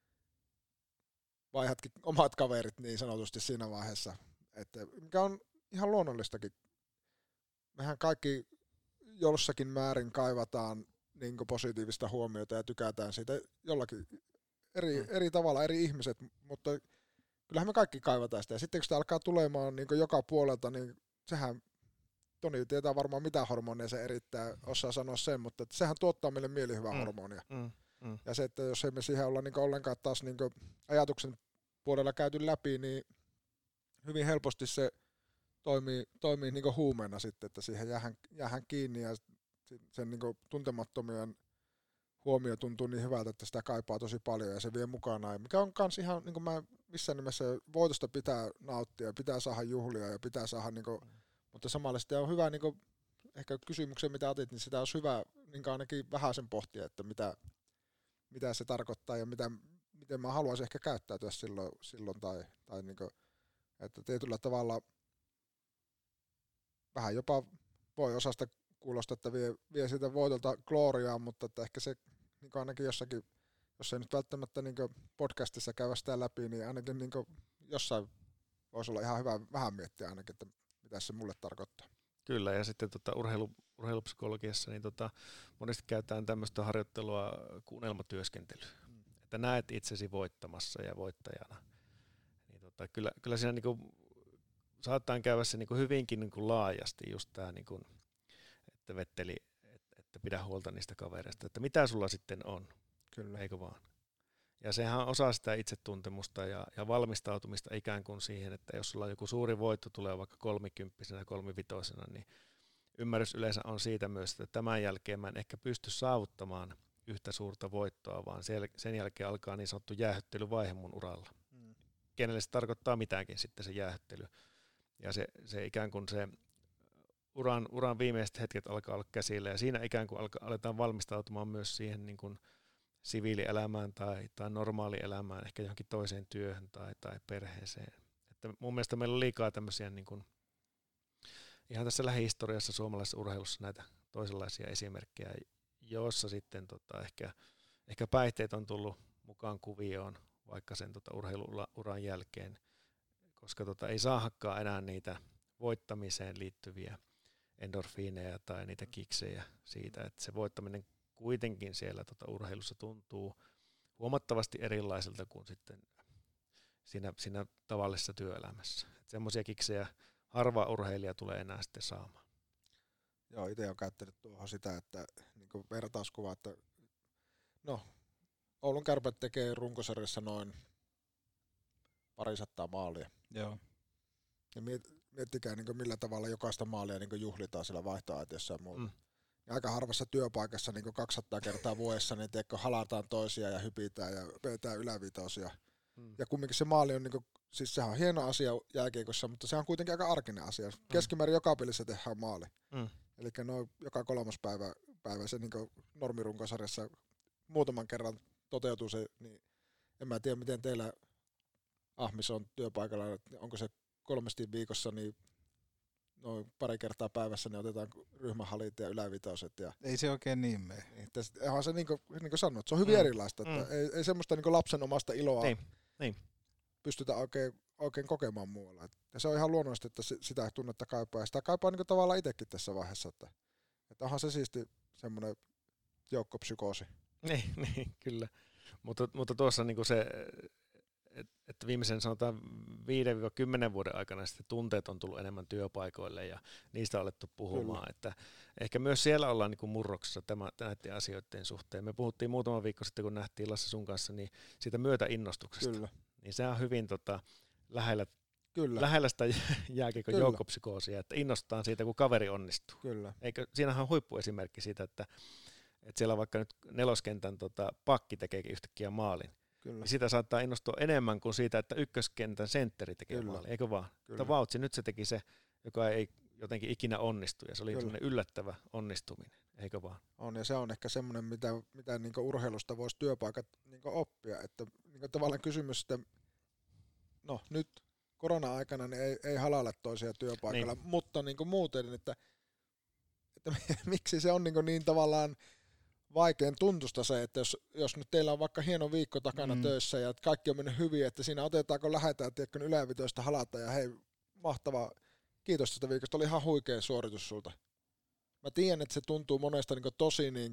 S10: vaihatkin omat kaverit niin sanotusti siinä vaiheessa, että mikä on ihan luonnollistakin. Mehän kaikki jossakin määrin kaivataan niin positiivista huomiota ja tykätään siitä jollakin eri, mm. eri tavalla, eri ihmiset, mutta kyllähän me kaikki kaivataan sitä. Ja sitten kun sitä alkaa tulemaan niin joka puolelta, niin sehän, Toni tietää varmaan mitä hormoneja se erittää, osaa sanoa sen, mutta että sehän tuottaa meille mielihyvää mm. hormonia. Mm. Mm. Ja se, että jos emme siihen olla niin ollenkaan taas niin ajatuksen puolella käyty läpi, niin hyvin helposti se toimii, toimii niin huumeena sitten, että siihen jäähän, jäähän kiinni ja sen niin tuntemattomien huomio tuntuu niin hyvältä, että sitä kaipaa tosi paljon ja se vie mukanaan. Mikä on kans ihan, niin kuin mä missään nimessä voitosta pitää nauttia, pitää saada juhlia ja pitää saada, niin kuin, mutta samalla sitten on hyvä, niin kuin, ehkä kysymyksen mitä otit, niin sitä olisi hyvä niin ainakin vähän sen pohtia, että mitä, mitä se tarkoittaa ja mitä, miten mä haluaisin ehkä käyttäytyä silloin, silloin tai, tai niin kuin, että tietyllä tavalla vähän jopa voi osasta kuulostaa, että vie, vie siitä voitolta gloriaa, mutta että ehkä se niin ainakin jossakin, jos ei nyt välttämättä niin podcastissa käydä sitä läpi, niin ainakin niin jossain voisi olla ihan hyvä vähän miettiä ainakin, että mitä se mulle tarkoittaa.
S11: Kyllä, ja sitten tota urheilu, urheilupsykologiassa niin tota, monesti käytetään tämmöistä harjoittelua kuin unelmatyöskentely, mm. että näet itsesi voittamassa ja voittajana. Niin tota, kyllä, kyllä siinä niin kuin, saattaa käydä se niin kuin hyvinkin niin kuin laajasti just tämä, niin kuin, että Vetteli, että, että pidä huolta niistä kavereista, että mitä sulla sitten on,
S10: kyllä.
S11: Eikö vaan? Ja sehän on osa sitä itsetuntemusta ja, ja valmistautumista ikään kuin siihen, että jos sulla joku suuri voitto tulee vaikka kolmikymppisenä, kolmivitosena, niin ymmärrys yleensä on siitä myös, että tämän jälkeen mä en ehkä pysty saavuttamaan yhtä suurta voittoa, vaan sen jälkeen alkaa niin sanottu jäähyttelyvaihe mun uralla. Mm. Kenelle se tarkoittaa mitäänkin sitten se jäähyttely. Ja se, se ikään kuin se uran, uran viimeiset hetket alkaa olla käsillä ja siinä ikään kuin alka, aletaan valmistautumaan myös siihen niin kuin siviilielämään tai, tai normaalielämään, ehkä johonkin toiseen työhön tai, tai perheeseen. Että mun mielestä meillä on liikaa tämmöisiä niin kuin, ihan tässä lähihistoriassa suomalaisessa urheilussa näitä toisenlaisia esimerkkejä, joissa sitten tota, ehkä, ehkä päihteet on tullut mukaan kuvioon vaikka sen tota, urheiluuran jälkeen, koska tota, ei saahakaan enää niitä voittamiseen liittyviä endorfiineja tai niitä kiksejä siitä, että se voittaminen kuitenkin siellä tota, urheilussa tuntuu huomattavasti erilaiselta kuin sitten siinä, siinä tavallisessa työelämässä. Semmoisia kiksejä harva urheilija tulee enää sitten saamaan.
S10: Joo, itse olen käyttänyt tuohon sitä, että niin kuin vertauskuva, että no, Oulun Kärpät tekee runkosarjassa noin parisataa maalia.
S8: Joo.
S10: Ja miettikää niin kuin millä tavalla jokaista maalia niin kuin juhlitaan siellä vaihtoaitiossa ja muuta. Mm. Ja aika harvassa työpaikassa niin kuin kaksisataa kertaa vuodessa, niin teekö halataan toisia ja hypitään ja vetään ylävitosia. Mm. Ja kumminkin se maali on, niin kuin, siis sehän on hieno asia jääkiekossa, mutta se on kuitenkin aika arkinen asia. Keskimäärin joka pelissä tehdään maali. Mm. Eli noin joka kolmas päivä, päivä se niin kuin normirunkosarjassa muutaman kerran toteutuu se, niin en mä tiedä miten teillä Ahmis on työpaikalla, onko se kolmesti viikossa, niin noin pari kertaa päivässä ne otetaan ryhmähalit ja ylävitoset. Ja
S8: ei se oikein niin mene.
S10: Niin, eihän se niin kuin, niin kuin sanoit, se on hyvin mm. erilaista, että mm. ei, ei semmoista niin kuin lapsen omasta iloa
S11: niin. Niin.
S10: pystytä oikein, oikein kokemaan muualla. Ja se on ihan luonnollista, että sitä tunnetta kaipaa, ja sitä kaipaa niin kuin tavallaan itsekin tässä vaiheessa, että, että onhan se siisti semmoinen joukkopsykoosi.
S11: Niin, niin kyllä. Mutta, mutta tuossa niin kuin se, että viimeisen sanotaan viiden kymmenen vuoden aikana sitten tunteet on tullut enemmän työpaikoille ja niistä on alettu puhumaan. Kyllä. Että ehkä myös siellä ollaan niin kuin murroksessa tämä, näiden asioiden suhteen. Me puhuttiin muutama viikko sitten, kun nähtiin Lasse sun kanssa, niin siitä myötäinnostuksesta. Kyllä. Niin se on hyvin tota, lähellä, Kyllä. lähellä sitä jääkiekon joukkopsykoosia, että innostetaan siitä, kun kaveri onnistuu.
S10: Kyllä.
S11: Eikö, siinähän on huippuesimerkki siitä, että, että siellä vaikka nyt neloskentän tota, pakki tekeekin yhtäkkiä maalin. Kyllä. Niin sitä saattaa innostua enemmän kuin siitä, että ykköskentän sentteri tekee Kyllä. maalin, eikö vaan? Kyllä. Mutta Vautsi, nyt se teki se, joka ei jotenkin ikinä onnistu, ja se oli semmoinen yllättävä onnistuminen, eikö vaan?
S10: On, ja se on ehkä semmoinen, mitä, mitä niin urheilusta voisi työpaikat niin oppia, että niin tavallaan kysymys, että no nyt korona-aikana niin ei, ei halailla toisia työpaikalla, niin. mutta niin muuten, että, että miksi se on niin, niin tavallaan vaikein tuntusta se, että jos, jos nyt teillä on vaikka hieno viikko takana mm. töissä ja kaikki on mennyt hyvin, että siinä otetaanko lähdetään, tiedätkö, ylävitoista halata ja hei, mahtava, kiitos tästä viikosta, oli ihan huikea suoritus sulta. Mä tiedän, että se tuntuu monesta niin tosi niin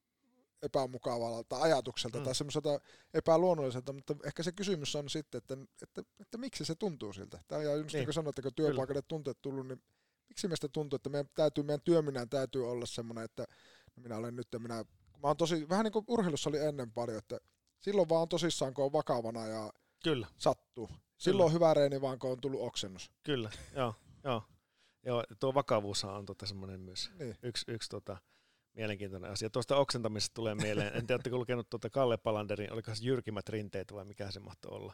S10: epämukavalta ajatukselta mm. tai semmoiselta epäluonnolliselta, mutta ehkä se kysymys on sitten, että, että, että, että miksi se tuntuu siltä. Tämä on just niin kuin sanoit, että kun työpaikalle tunteet tullut, niin miksi meistä tuntuu, että meidän, täytyy, meidän työminään täytyy olla semmoinen, että minä olen nyt ja minä, mä oon tosi, vähän niin kuin urheilussa oli ennen paljon, että silloin vaan tosissaan, kun on vakavana ja
S11: Kyllä.
S10: sattuu. Silloin on hyvä reeni vaan, kun on tullut oksennus.
S11: Kyllä, joo, joo. Joo, tuo vakavuus on tota semmoinen myös niin. yksi, yksi tota, mielenkiintoinen asia. Tuosta oksentamisesta tulee mieleen, en tiedä, oletteko lukenut tuota Kalle Palanderin, oliko se Jyrkimmät rinteet vai mikä se mahtoi olla.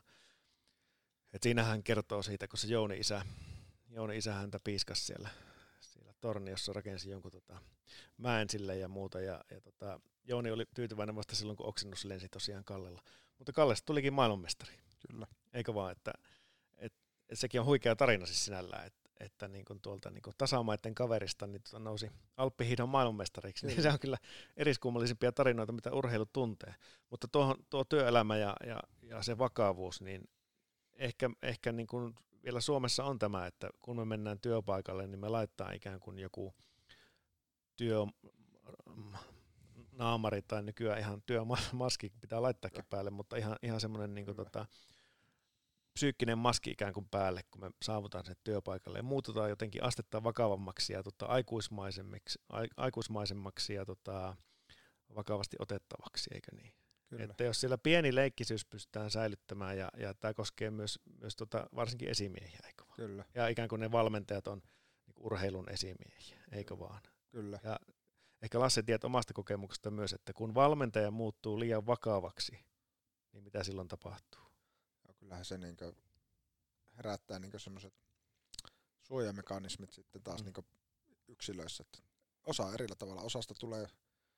S11: Et siinä hän kertoo siitä, kun se Jouni isä, Jouni isä häntä piiskasi siellä, siellä Torniossa, rakensi jonkun tota, mäen sille ja muuta. Ja, ja tota, Jouni oli tyytyväinen vasta silloin, kun oksennus lensi tosiaan Kallella. Mutta Kallesta tulikin maailmanmestari.
S10: Kyllä.
S11: Eikö vaan, että et, et sekin on huikea tarina siis sinällään, että että niin kuin tuolta niin kuin tasamaiden kaverista niin tuota nousi Alppihiidon maailmanmestariksi, niin se on kyllä eriskummallisimpia tarinoita, mitä urheilu tuntee. Mutta tuo, tuo työelämä ja, ja, ja se vakavuus, niin ehkä, ehkä niin kuin vielä Suomessa on tämä, että kun me mennään työpaikalle, niin me laittaa ikään kuin joku työnaamari tai nykyään ihan työmaski pitää laittaakin päälle, mutta ihan, ihan semmoinen niin kuin tota, psyykkinen maski ikään kuin päälle, kun me saavutaan sen työpaikalle ja muututaan jotenkin astetta vakavammaksi ja tota, aikuismaisemmaksi, aikuismaisemmaksi ja tota, vakavasti otettavaksi, eikö niin? Kyllä. Että jos siellä pieni leikkisyys pystytään säilyttämään ja, ja tämä koskee myös, myös tota, varsinkin esimiehiä, eikö vaan?
S10: Kyllä.
S11: Ja ikään kuin ne valmentajat on niin kuin urheilun esimiehiä, eikö vaan?
S10: Kyllä.
S11: Ja ehkä Lasse tiedät omasta kokemuksesta myös, että kun valmentaja muuttuu liian vakavaksi, niin mitä silloin tapahtuu?
S10: Kyllähän se niinkö herättää niinkö semmoiset suojamekanismit sitten taas mm. niinkö yksilöissä. Että osa erillä tavalla. Osasta tulee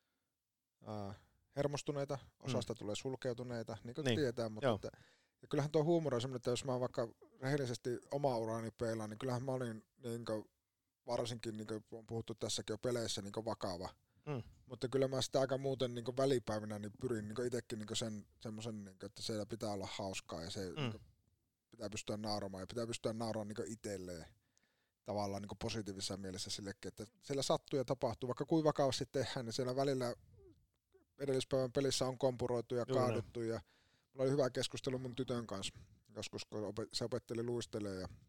S10: ää, hermostuneita, osasta mm. tulee sulkeutuneita, niin kuin niin. tietää. Mutta että, ja kyllähän tuo huumori on semmoinen, että jos mä vaikka rehellisesti omaa uraani peilaan, niin kyllähän mä olin niinkö, varsinkin, niin kuin on puhuttu tässäkin jo peleissä, niinkö vakava. Mm. Mutta kyllä mä sitä aika muuten niin välipäivinä niin pyrin niin itsekin niin sen, semmoisen, niin että siellä pitää olla hauskaa ja se mm. niin pitää pystyä nauramaan ja pitää pystyä nauramaan niin itselleen tavallaan niin positiivisessa mielessä sillekin, että siellä sattuu ja tapahtuu, vaikka kuin vakavasti tehdään, niin siellä välillä edellispäivän pelissä on kompuroitu ja Kyllä. kaaduttu ja mulla oli hyvä keskustelu mun tytön kanssa joskus, kun se opetteli luistelemaan ja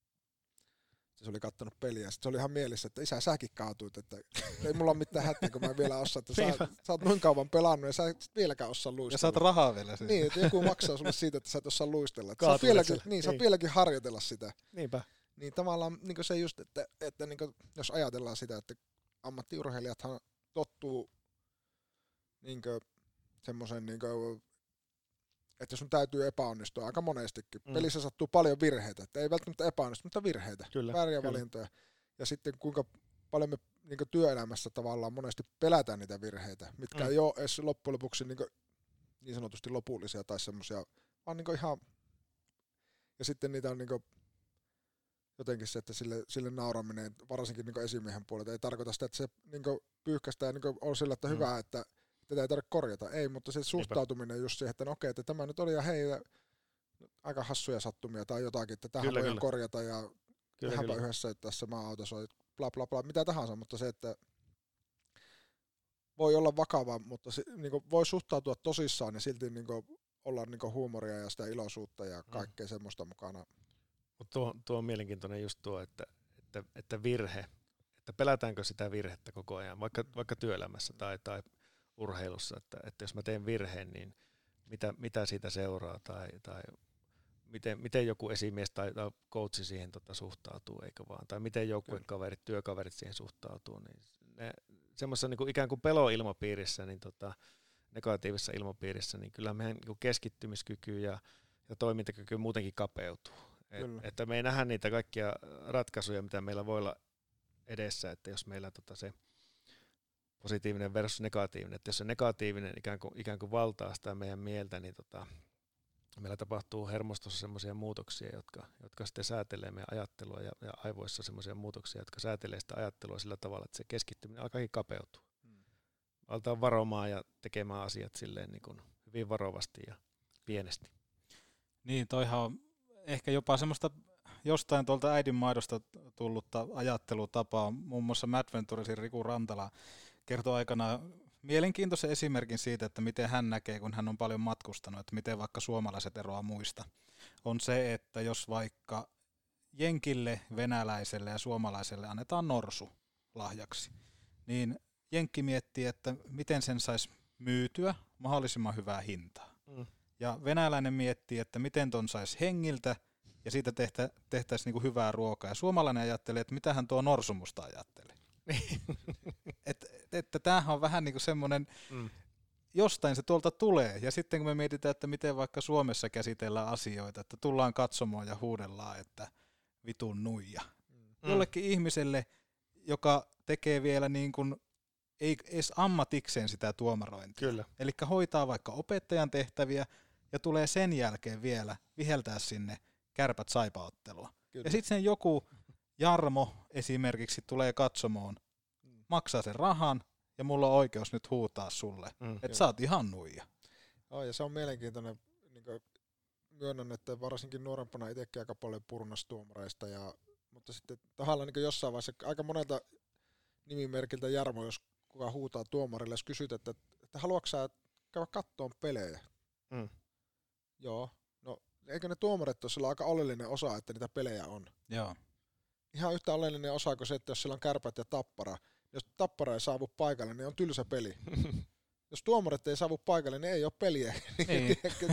S10: se oli kattonut peliä ja se oli ihan mielessä, että isä säkin kaatuit, että ei mulla ole mitään hätää, kun mä en vielä osaa, että sä, sä oot noin kauan pelannut ja sä et vieläkään osaa luistella.
S8: Ja saat rahaa vielä siitä.
S10: Niin, että joku maksaa sulle siitä, että sä et osaa luistella. Saat vieläkin, niin, saat vieläkin harjoitella sitä.
S11: Niinpä.
S10: Niin tavallaan niin se just, että, että niin jos ajatellaan sitä, että ammattiurheilijathan tottuu niin semmoisen, niin että sun täytyy epäonnistua aika monestikin. Mm. Pelissä sattuu paljon virheitä, että ei välttämättä epäonnistu, mutta virheitä,
S11: kyllä,
S10: vääriä
S11: kyllä.
S10: valintoja. Ja sitten kuinka paljon me niin työelämässä tavallaan monesti pelätään niitä virheitä, mitkä mm. ei ole edes loppujen lopuksi niin niin sanotusti lopullisia tai semmoisia, vaan niin ihan, ja sitten niitä on niin jotenkin se, että sille, sille nauraminen, varsinkin niin esimiehen puolelta, ei tarkoita sitä, että se niin pyyhkästään niin on sillä, että mm. hyvä, että tätä ei tarvitse korjata. Ei, mutta se suhtautuminen Eipä. just siihen, että no okei, että tämä nyt oli ja hei, aika hassuja sattumia tai jotakin, että tähän voi korjata ja tehdäänpä yhdessä, että tässä maa-autossa on bla bla bla, mitä tahansa, mutta se, että voi olla vakava, mutta se, niin voi suhtautua tosissaan ja silti niin olla niin huumoria ja sitä iloisuutta ja kaikkea mm. semmoista mukana.
S11: Mutta tuo, tuo on mielenkiintoinen just tuo, että, että, että virhe, että pelätäänkö sitä virhettä koko ajan, vaikka, vaikka työelämässä tai, tai urheilussa, että, että jos mä teen virheen, niin mitä, mitä siitä seuraa tai, tai miten, miten joku esimies tai, tai coachi siihen tota, suhtautuu, eikä vaan, tai miten joukkuekaverit, työkaverit siihen suhtautuu, niin ne, semmoisessa niin kuin ikään kuin peloilmapiirissä, niin tota, negatiivisessa ilmapiirissä, niin kyllä meidän niin keskittymiskyky ja, ja toimintakyky muutenkin kapeutuu. Et, että me ei nähdä niitä kaikkia ratkaisuja, mitä meillä voi olla edessä, että jos meillä tota se positiivinen versus negatiivinen, että jos se negatiivinen ikään kuin, ikään kuin valtaa sitä meidän mieltä, niin tota, meillä tapahtuu hermostossa semmoisia muutoksia, jotka, jotka sitten säätelee meidän ajattelua ja, ja aivoissa semmoisia muutoksia, jotka säätelee sitä ajattelua sillä tavalla, että se keskittyminen alkaakin kapeutua. Hmm. Aletaan varomaan ja tekemään asiat silleen niin kuin hyvin varovasti ja pienesti.
S8: Niin, toihan on ehkä jopa semmoista jostain tuolta äidinmaidosta tullutta ajattelutapaa. Muun muassa Mad Venturesin Riku Rantala kertoi aikanaan mielenkiintoisen esimerkin siitä, että miten hän näkee, kun hän on paljon matkustanut, että miten vaikka suomalaiset eroaa muista. On se, että jos vaikka jenkille, venäläiselle ja suomalaiselle annetaan norsu lahjaksi, niin jenkki miettii, että miten sen saisi myytyä mahdollisimman hyvää hintaa. Mm. Ja venäläinen miettii, että miten ton saisi hengiltä ja siitä tehtä, tehtäisiin niinku hyvää ruokaa. Ja suomalainen ajattelee, että mitähän tuo norsu musta ajattelee. että et, tämähän on vähän niinku semmoinen, mm. jostain se tuolta tulee. Ja sitten kun me mietitään, että miten vaikka Suomessa käsitellään asioita, että tullaan katsomaan ja huudellaan, että vitun nuija. Mm. Jollekin ihmiselle, joka tekee vielä niin kuin, ei edes ammatikseen sitä tuomarointia. Eli hoitaa vaikka opettajan tehtäviä ja tulee sen jälkeen vielä viheltää sinne Kärpät Saipa-ottelua. Ja sitten sen joku Jarmo esimerkiksi tulee katsomaan, mm. maksaa sen rahan ja mulla on oikeus nyt huutaa sulle, mm, että sä oot ihan nuija.
S10: Oh, ja se on mielenkiintoinen, niin myönnän, että varsinkin nuorempana itsekin aika paljon purnastuomareista, ja, mutta sitten tahallaan niin jossain vaiheessa aika monelta nimimerkiltä Jarmo, jos kuka huutaa tuomarille, jos kysyt, että, että haluatko sä käydä kattoon pelejä? Mm. Joo. No, eikö ne tuomarit ole sillä aika oleellinen osa, että niitä pelejä on?
S8: Joo.
S10: Ihan yhtä oleellinen osa kuin se, että jos siellä on Kärpät ja Tappara, jos Tappara ei saavu paikalle, niin on tylsä peli. Jos tuomarit ei saavu paikalle, niin ei ole peliä.
S8: Ei.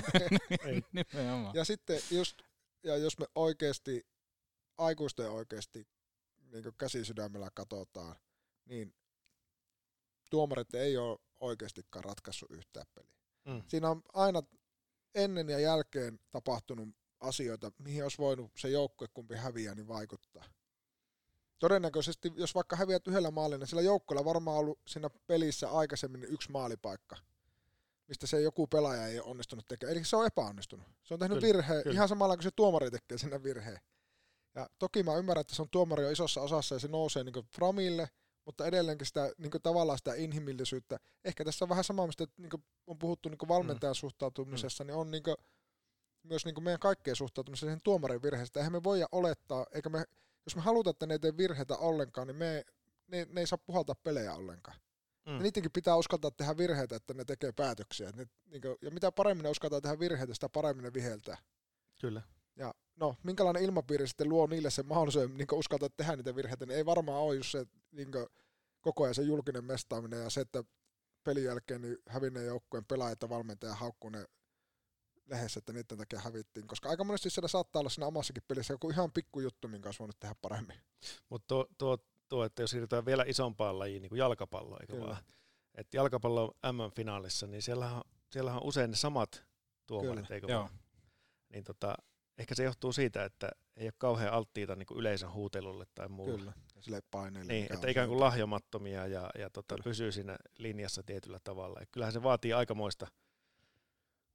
S10: Ja sitten just, ja jos me oikeasti, aikuisten oikeasti niin käsisydämellä katsotaan, niin tuomarit ei ole oikeastikaan ratkaissut yhtään peliä. Mm. Siinä on aina ennen ja jälkeen tapahtunut asioita, mihin olisi voinut se joukkue, kumpi häviää, niin vaikuttaa. Todennäköisesti, jos vaikka häviät yhdellä maalilla, niin sillä joukkueella varmaan ollut siinä pelissä aikaisemmin yksi maalipaikka, mistä se joku pelaaja ei ole onnistunut tekemään. Eli se on epäonnistunut. Se on tehnyt kyllä, virheen, kyllä. Ihan samalla kuin se tuomari tekee sinne virheen. Ja toki mä ymmärrän, että se on tuomari on isossa osassa ja se nousee niin kuin framille, mutta edelleenkin sitä, niin kuin tavallaan sitä inhimillisyyttä. Ehkä tässä on vähän sama, mistä niin kuin on puhuttu niin kuin valmentajan mm. suhtautumisessa, mm. niin on niin kuin, myös niin kuin meidän kaikkien suhtautumisessa siihen tuomarin virheestä. Eihän me voida olettaa, eikä me, jos me halutaan, että ne ei tee virheitä ollenkaan, niin me, ne, ne ei saa puhaltaa pelejä ollenkaan. Mm. Ja niidenkin pitää uskaltaa tehdä virheitä, että ne tekee päätöksiä. Ne, niin kuin, ja mitä paremmin ne uskaltaa tehdä virheitä, sitä paremmin ne viheltää.
S11: Kyllä.
S10: Ja no, minkälainen ilmapiiri sitten luo niille sen mahdollisuuden niin uskaltaa tehdä niitä virheitä, niin ei varmaan ole just se niin koko ajan se julkinen mestaaminen ja se, että pelin jälkeen niin hävinneen joukkueen pelaajat ja valmentaja haukkuu ne lehdessä, että niiden takia hävittiin, koska aika monesti siellä saattaa olla siinä omassakin pelissä joku ihan pikkujuttu, minkä olisi voinut tehdä paremmin.
S11: Mutta tuo, tuo, tuo, että jos siirrytään vielä isompaan lajiin, niin kuin jalkapallo, eikö vaan? Että jalkapallo M M-finaalissa, niin siellähän, siellähän on usein ne samat tuomarit, eikö vaan? Niin tota, ehkä se johtuu siitä, että ei ole kauhean alttiita niin kuin yleisön huutelulle tai muulle.
S10: Kyllä, ja sille paineille.
S11: Niin, että ikään kuin lahjomattomia ja, ja tota, pysyy siinä linjassa tietyllä tavalla. Ja kyllähän se vaatii aikamoista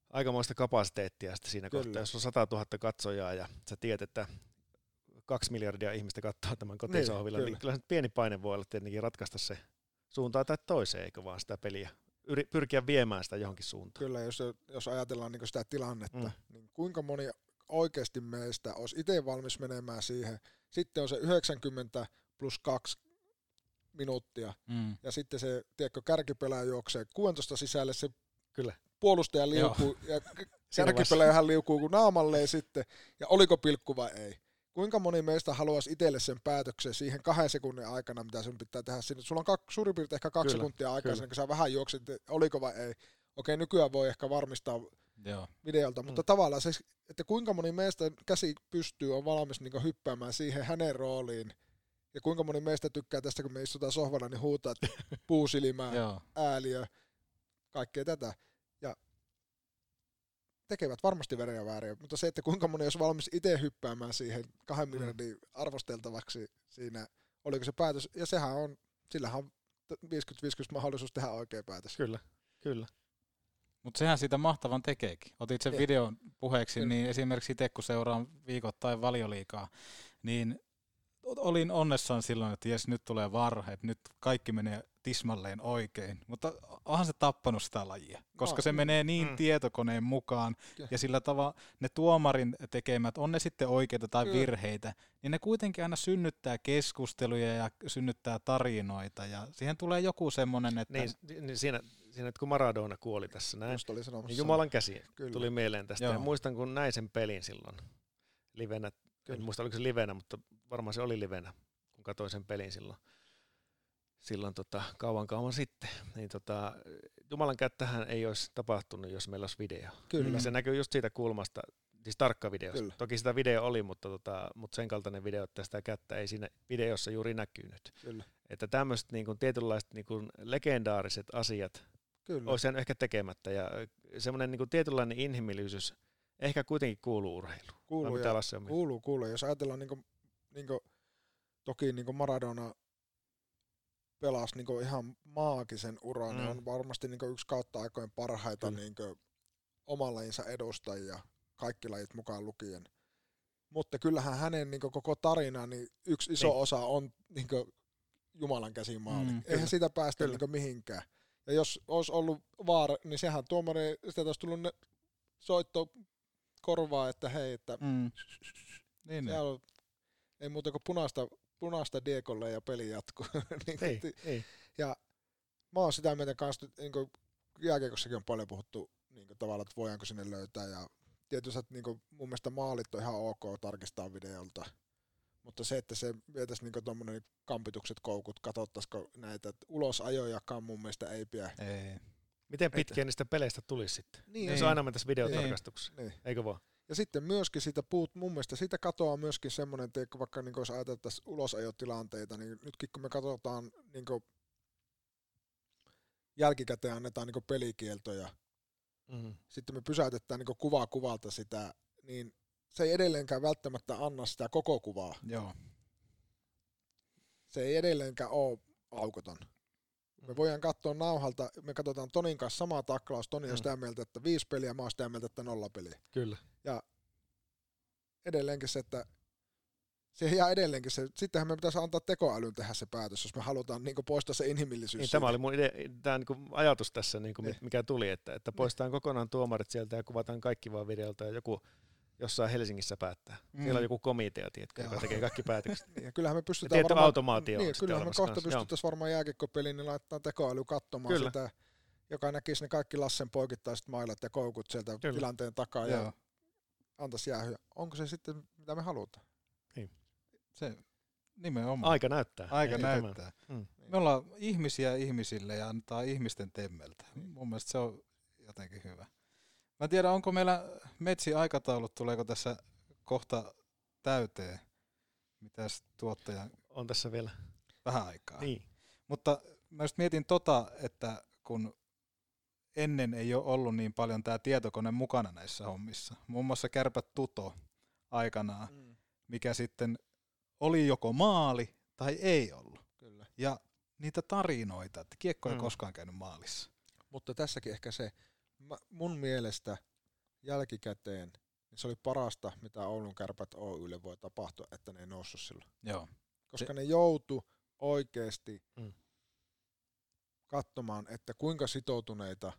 S11: aikamoista kapasiteettia sitten siinä
S10: Kyllä.
S11: kohtaa, jos on sata tuhatta katsojaa ja sä tiedät, että kaksi miljardia ihmistä katsoo tämän kotisohvilla, niin, niin kyllä se pieni paine voi olla tietenkin ratkaista se suuntaan tai toiseen, eikö vaan sitä peliä. Yri, pyrkiä viemään sitä johonkin suuntaan.
S10: Kyllä, jos, jos ajatellaan niin sitä tilannetta, mm. niin kuinka moni oikeasti meistä olisi itse valmis menemään siihen. Sitten on se yhdeksänkymmentä plus kaksi minuuttia, mm. ja sitten se, tiedätkö, kärkipelaaja juoksee kuusitoista sisälle, se
S11: Kyllä.
S10: puolustaja liukuu, Joo. ja kärkipelaajahan liukuu kuin naamalleen sitten, ja oliko pilkku vai ei. Kuinka moni meistä haluaisi itselle sen päätöksen siihen kahden sekunnin aikana, mitä sun pitää tehdä sinne. Sulla on kaksi, suurin piirtein ehkä kaksi kyllä, sekuntia aikaa, kun sä vähän juokset, oliko vai ei. Okei, nykyään voi ehkä varmistaa Joo. videolta, mutta mm. tavallaan se, että kuinka moni meistä käsi pystyy, on valmis niin hyppäämään siihen hänen rooliin. Ja kuinka moni meistä tykkää tästä, kun me istutaan sohvalla, niin huutaa, että puusilmää, ääliö, kaikkea tätä. Ja tekevät varmasti veriä vääriä, mutta se, että kuinka moni olisi valmis itse hyppäämään siihen kahden miljardin arvosteltavaksi siinä, oliko se päätös, ja sehän on, sillähän on viisikymmentä viisikymmentä mahdollisuus tehdä oikea päätös.
S11: Kyllä, kyllä.
S8: Mutta sehän siitä mahtavan tekeekin. Otit sen ja. videon puheeksi, kyllä. Niin esimerkiksi itse kun seuraan viikoittain Valioliigaa, niin olin onnessaan silloin, että jes, nyt tulee varhe, että nyt kaikki menee tismalleen oikein, mutta onhan se tappanut sitä lajia, koska no, se menee niin mm. tietokoneen mukaan, ja. ja sillä tavalla ne tuomarin tekemät, on ne sitten oikeita tai Kyllä. virheitä, niin ne kuitenkin aina synnyttää keskusteluja ja synnyttää tarinoita, ja siihen tulee joku semmoinen, että...
S11: Niin, niin siinä, siinä, että kun Maradona kuoli tässä näin, niin Jumalan käsi Kyllä. tuli mieleen tästä, Joo. ja muistan, kun näin sen pelin silloin livenä, Kyllä. en muista oliko se livenä, mutta varmaan se oli livenä, kun katsoin sen pelin silloin. Silloin tota, kauan kauan sitten, niin tota, Jumalan kättähän ei olisi tapahtunut, jos meillä olisi video.
S10: Kyllä.
S11: Ja se näkyy just siitä kulmasta, siis tarkka videosta. Kyllä. Toki sitä video oli, mutta, tota, mutta sen kaltainen video, että sitä kättä ei siinä videossa juuri näkynyt.
S10: Kyllä.
S11: Että tämmöiset niin kuin, tietynlaiset niin kuin, legendaariset asiat Kyllä. olisi ehkä tekemättä. Ja semmoinen niin kuin, tietynlainen inhimillisyys ehkä kuitenkin kuuluu urheiluun.
S10: Kuuluu, ja, kuuluu, kuuluu. Jos ajatellaan, niin kuin, niin kuin, toki niin kuin Maradona pelasi niin ihan maagisen uran mm. ja on varmasti niin yksi kautta aikojen parhaita niin oman lajinsa edustajia, kaikki lajit mukaan lukien. Mutta kyllähän hänen niin koko tarina, niin yksi iso niin. osa on niin Jumalan käsimaali. Mm, Eihän sitä päästä niin mihinkään. Ja jos olisi ollut vaara, niin sehän tuomari, sitä olisi tullut ne soitto korvaa, että hei, että
S8: mm. niin
S10: on, ei muuta kuin punaista punaista Diegolle ja peli jatkuu. niin
S11: ei, ei.
S10: Ja mä oon sitä mieltä kanssa, niin jääkiekossakin on paljon puhuttu niin tavallaan, että voidaanko sinne löytää. Ja tietysti niin mun mielestä maalit on ihan ok tarkistaa videolta. Mutta se, että se vietäisi niin tuommoinen kampitukset, koukut, katsottaisiko näitä, että ulosajojakaan mun mielestä ei pidä.
S8: Ei.
S11: Miten pitkiä niistä peleistä tulisi sitten? Niin, jos aina mentäisiin videotarkastukseen. Niin. Eikö vaan?
S10: Ja sitten myöskin siitä puut, mun mielestä siitä katoaa myöskin semmoinen, että vaikka niin jos ajateltaisiin ulosajotilanteita, niin nytkin kun me katsotaan niin jälkikäteen annetaan niin pelikieltoja, mm. sitten me pysäytetään niin kuvaa kuvalta sitä, niin se ei edelleenkään välttämättä anna sitä koko kuvaa.
S8: Joo.
S10: Se ei edelleenkään ole aukoton. Me voidaan katsoa nauhalta, me katsotaan Tonin kanssa samaa taklaus, Toni mm. on sitä mieltä, että viisi peliä, mä oon sitä mieltä, että nolla peliä.
S11: Kyllä.
S10: Ja edelleenkin se, että se jää edelleenkin se, sittenhän me pitäisi antaa tekoälyn tehdä se päätös, jos me halutaan niin poistaa se inhimillisyys.
S11: Niin, tämä oli mun ide, tämä niin ajatus tässä, niin kuin mikä tuli, että, että poistetaan kokonaan tuomarit sieltä ja kuvataan kaikki vaan videolta ja joku jossain Helsingissä päättää. Mm. Siellä on joku komitea, tiedätkö, joka tekee kaikki päätökset.
S10: Ja kyllähän me pystytään
S11: varmaan... automaatio
S10: niin, kyllähän me kohta pystyttäisiin varmaan jääkiekkopeliin, niin laittaa tekoäly katsomaan Kyllä. sitä, joka näkisi ne kaikki Lassen poikittaiset mailat ja koukut sieltä Kyllä. tilanteen takaa Joo. ja antaisi jäähyä. Onko se sitten, mitä me halutaan?
S11: Niin.
S8: Se nimenomaan.
S11: Aika näyttää.
S8: Aika Ei näyttää. Mm. Me ollaan ihmisiä ihmisille ja antaa ihmisten temmeltä. Mun mielestä se on jotenkin hyvä. Mä en tiedä, onko meillä Metsin aikataulut, tuleeko tässä kohta täyteen? Mitäs tuottaja?
S11: On tässä vielä
S8: vähän aikaa.
S11: Niin.
S8: Mutta mä just mietin tota, että kun ennen ei ole ollut niin paljon tää tietokone mukana näissä hommissa. Muun muassa Kärpät Tuto aikanaan, mm. mikä sitten oli joko maali tai ei ollut.
S10: Kyllä.
S8: Ja niitä tarinoita, että kiekko ei mm. koskaan käynyt maalissa.
S10: Mutta tässäkin ehkä se, mä, mun mielestä jälkikäteen, niin se oli parasta, mitä Oulun Kärpät Oy:lle voi tapahtua, että ne ei noussut silloin.
S8: Joo.
S10: Koska
S8: se...
S10: ne joutu oikeasti mm. katsomaan, että kuinka sitoutuneita,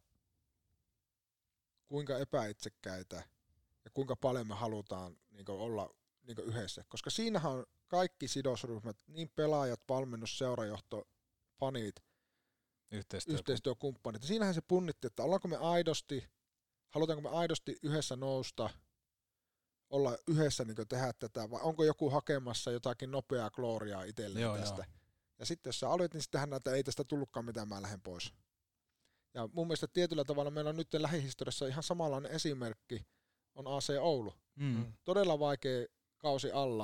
S10: kuinka epäitsekkäitä ja kuinka paljon me halutaan niin kuin olla niin kuin yhdessä. Koska siinähän on kaikki sidosryhmät, niin pelaajat, valmennus, seurajohto, fanit,
S8: Yhteistyö.
S10: yhteistyökumppanit. Ja siinähän se punnitti, että ollaanko me aidosti, halutaanko me aidosti yhdessä nousta, olla yhdessä niin kuin tehdä tätä, vai onko joku hakemassa jotakin nopeaa glooriaa itselleen joo, tästä. Joo. Ja sitten jos sä aloit, niin sittenhän näitä ei tästä tullutkaan mitään, mä lähden pois. Ja mun mielestä tietyllä tavalla meillä on nyt lähihistoriassa ihan samanlainen esimerkki, on A C Oulu.
S8: Mm.
S10: Todella vaikea kausi alla.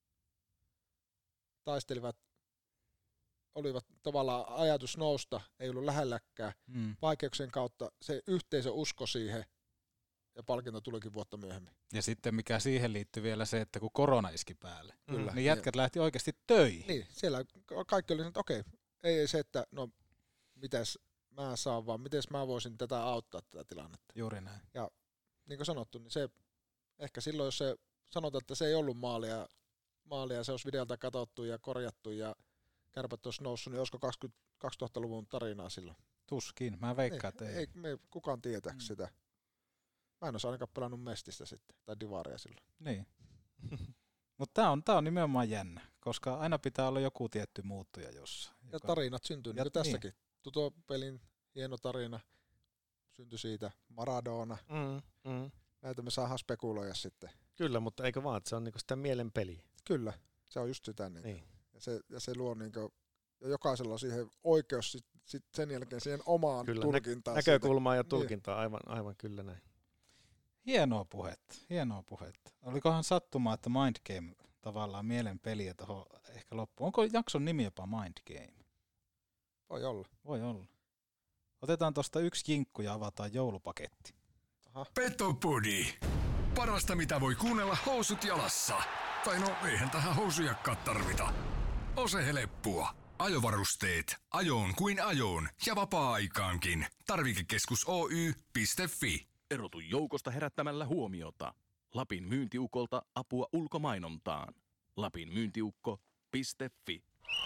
S10: Taistelivat, olivat tavallaan ajatus nousta, ei ollut lähelläkään.
S8: Mm.
S10: Vaikeuksien kautta se yhteisö usko siihen, ja palkinto tulikin vuotta myöhemmin.
S8: Ja sitten mikä siihen liittyy vielä se, että kun korona iski päälle,
S10: Kyllä.
S8: niin jätkät lähti oikeasti töihin.
S10: Niin, siellä kaikki oli, että okei, ei se, että no mitäs mä saan, vaan mites mä voisin tätä auttaa tätä tilannetta.
S8: Juuri näin.
S10: Ja niin kuin sanottu, niin se, ehkä silloin jos se sanotaan, että se ei ollut maalia, maalia se olisi videolta katsottu ja korjattu ja Kärpät olisi noussut, niin olisiko kaksituhattaluvun tarinaa silloin?
S8: Tuskin, mä veikkaan, että
S10: ei. Ei me kukaan tietää mm. sitä. Mä en olisi ainakaan pelannut Mestistä sitten, tai Divaria silloin.
S8: Niin. Mutta tää on, tää on nimenomaan jännä, koska aina pitää olla joku tietty muuttuja jossain.
S10: Ja joka... tarinat syntyy, niin kuin tässäkin. Niin. Tuto-pelin hieno tarina syntyi siitä. Maradona.
S11: Mm, mm.
S10: Näitä me saadaan spekuloida sitten.
S11: Kyllä, mutta eikö vaan, että se on niinku sitä mielen peliä.
S10: Kyllä, se on just sitä. Niin.
S11: Niin.
S10: Ja, se, ja se luo niinku, ja jokaisella on siihen oikeus sit, sit sen jälkeen siihen omaan
S11: kyllä,
S10: tulkintaan.
S11: Nä- näkökulmaa ja tulkintaa, aivan, aivan kyllä näin.
S8: Hienoa puhetta, hienoa puhetta. Olikohan sattumaa, että Mind Game tavallaan mielen peliä tuohon ehkä loppuun. Onko jakson nimi jopa Mind Game?
S10: Voi olla.
S8: Voi olla. Otetaan tuosta yksi jinkku ja avataan joulupaketti.
S7: Aha. Petopodi. Parasta mitä voi kuunnella housut jalassa. Tai no eihän tähän housujakkaan tarvita. Ose heleppua. Ajovarusteet. Ajoon kuin ajoon. Ja vapaa-aikaankin. Tarvikekeskus Oy piste fi.
S9: Erotu joukosta herättämällä huomiota. Lapin myyntiukolta apua ulkomainontaan. lapin myyntiukko piste fi.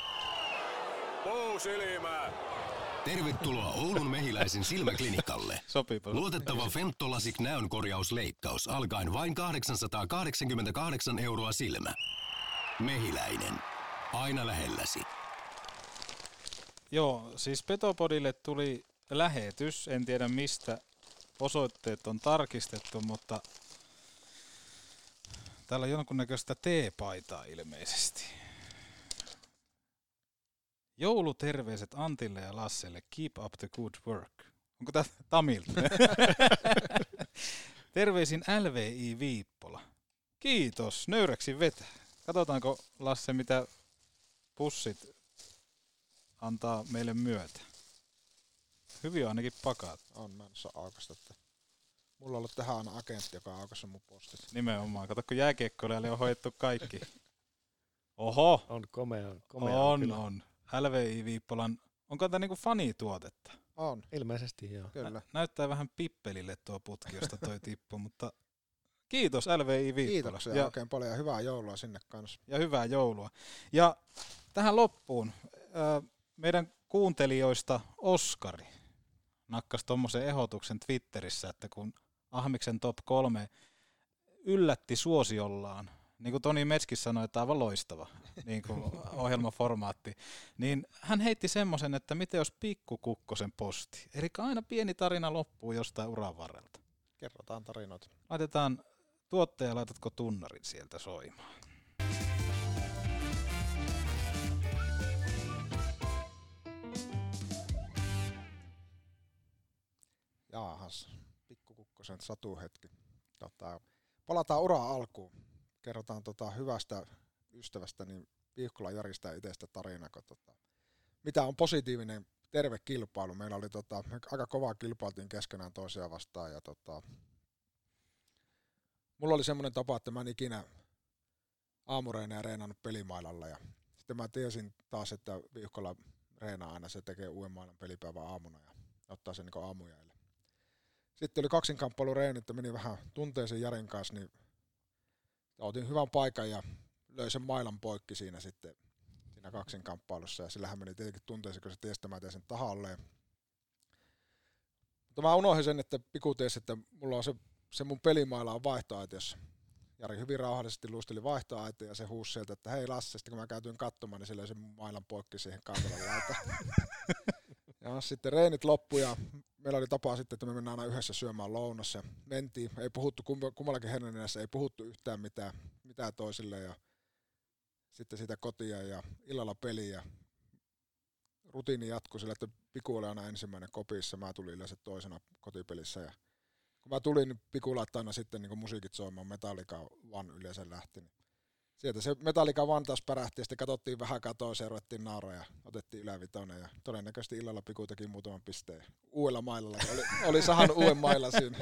S3: Puusilmä!
S2: Tervetuloa Oulun Mehiläisen silmäklinikalle.
S8: Sopipa.
S2: Luotettava Femtolasik näönkorjausleikkaus alkaen vain kahdeksansataakahdeksankymmentäkahdeksan euroa silmä. Mehiläinen. Aina lähelläsi.
S8: Joo, siis Petopodille tuli lähetys. En tiedä mistä osoitteet on tarkistettu, mutta täällä on jonkunnäköistä T-paitaa ilmeisesti. Jouluterveiset Antille ja Lasselle. Keep up the good work. Onko tämä Tamilta? Terveisin L V I Viippola. Kiitos, nöyräksi vetää. Katsotaanko, Lasse, mitä pussit antaa meille myötä. Hyvin on ainakin pakaat.
S10: On, mä en saa aukasta. Mulla on ollut tähän aina agentti, joka on aukassut mun postit.
S8: Nimenomaan. Kato, kun jääkiekkoilijalle on hoidettu kaikki. Oho!
S11: On komea. komea
S8: on,
S11: kyllä.
S8: on. L V I Viippolan, onko tämä niinku fanituotetta?
S10: On.
S11: Ilmeisesti joo.
S10: Kyllä.
S8: Nä, näyttää vähän pippelille tuo putki, josta toi tippu, mutta kiitos L V I Viippola.
S10: Kiitoksia ja oikein paljon ja hyvää joulua sinne kanssa.
S8: Ja hyvää joulua. Ja tähän loppuun meidän kuuntelijoista Oskari nakkasi tuommoisen ehdotuksen Twitterissä, että kun Ahmiksen top kolme yllätti suosiollaan, niin kuin Toni Metski sanoi, että aivan loistava niin kuin ohjelmaformaatti, niin hän heitti semmoisen, että miten jos Pikkukukkosen posti. Eli aina pieni tarina loppuu jostain uran varrelta.
S10: Kerrotaan tarinoita.
S8: Laitetaan tuottaja, laitatko tunnarin sieltä soimaan?
S10: Jaahas, Pikkukukkosen satuhetki. Tota, palataan uraa alkuun. Kerrotaan tota hyvästä ystävästä, niin Pihkola järjestää itsestä tarinaa, tota, mitä on positiivinen terve kilpailu. Meillä oli tota, aika kovaa kilpailtiin keskenään toisiaan vastaan. Ja, tota, mulla oli semmoinen tapa, että mä en ikinä aamureenejä reenannut pelimailalla. Ja sitten mä tiesin taas, että Pihkola reenaa aina, se tekee uuden maailman pelipäivän aamuna ja ottaa sen niin aamujäille. sitten oli kaksinkamppailureeni, että meni vähän tunteeseen Jarin kanssa, niin otin hyvän paikan ja löi sen mailan poikki siinä sitten siinä kaksinkamppailussa. Ja sillähän meni tietenkin tunteeseen, kun se tiesi, että mä tein sen tahalleen. Mutta mä unohdin sen, että Piku tiesi, että mulla on se, se mun pelimaila on vaihtoaitiossa. Jari hyvin rauhallisesti luisteli vaihtoaiteen ja se huusi sieltä, että hei Lasse, sitten kun mä käytyin katsomaan, niin se löi sen mailan poikki siihen kautalan laitaan. Ja sitten reenit loppui ja meillä oli tapa sitten, että me mennään aina yhdessä syömään lounassa. Mentiin, ei puhuttu kummallakin Hernaniassa, ei puhuttu yhtään mitään, mitään toisille ja sitten siitä kotia ja illalla peliä. Rutiini jatkui sillä, että Piku oli aina ensimmäinen kopissa, mä tulin yleensä toisena kotipelissä. Ja kun mä tulin, niin Piku laittoi aina sitten niin musiikit soimaan, Metallica One yleensä lähti. Niin sieltä se Metallica One taas pärähti ja sitten katsottiin vähän katoa, seuraattiin nauraa ja otettiin ylävitonen. Ja todennäköisesti illalla Piku teki muutaman pisteen uudella mailalla. Oli, oli sahannut uuden mailan siinä.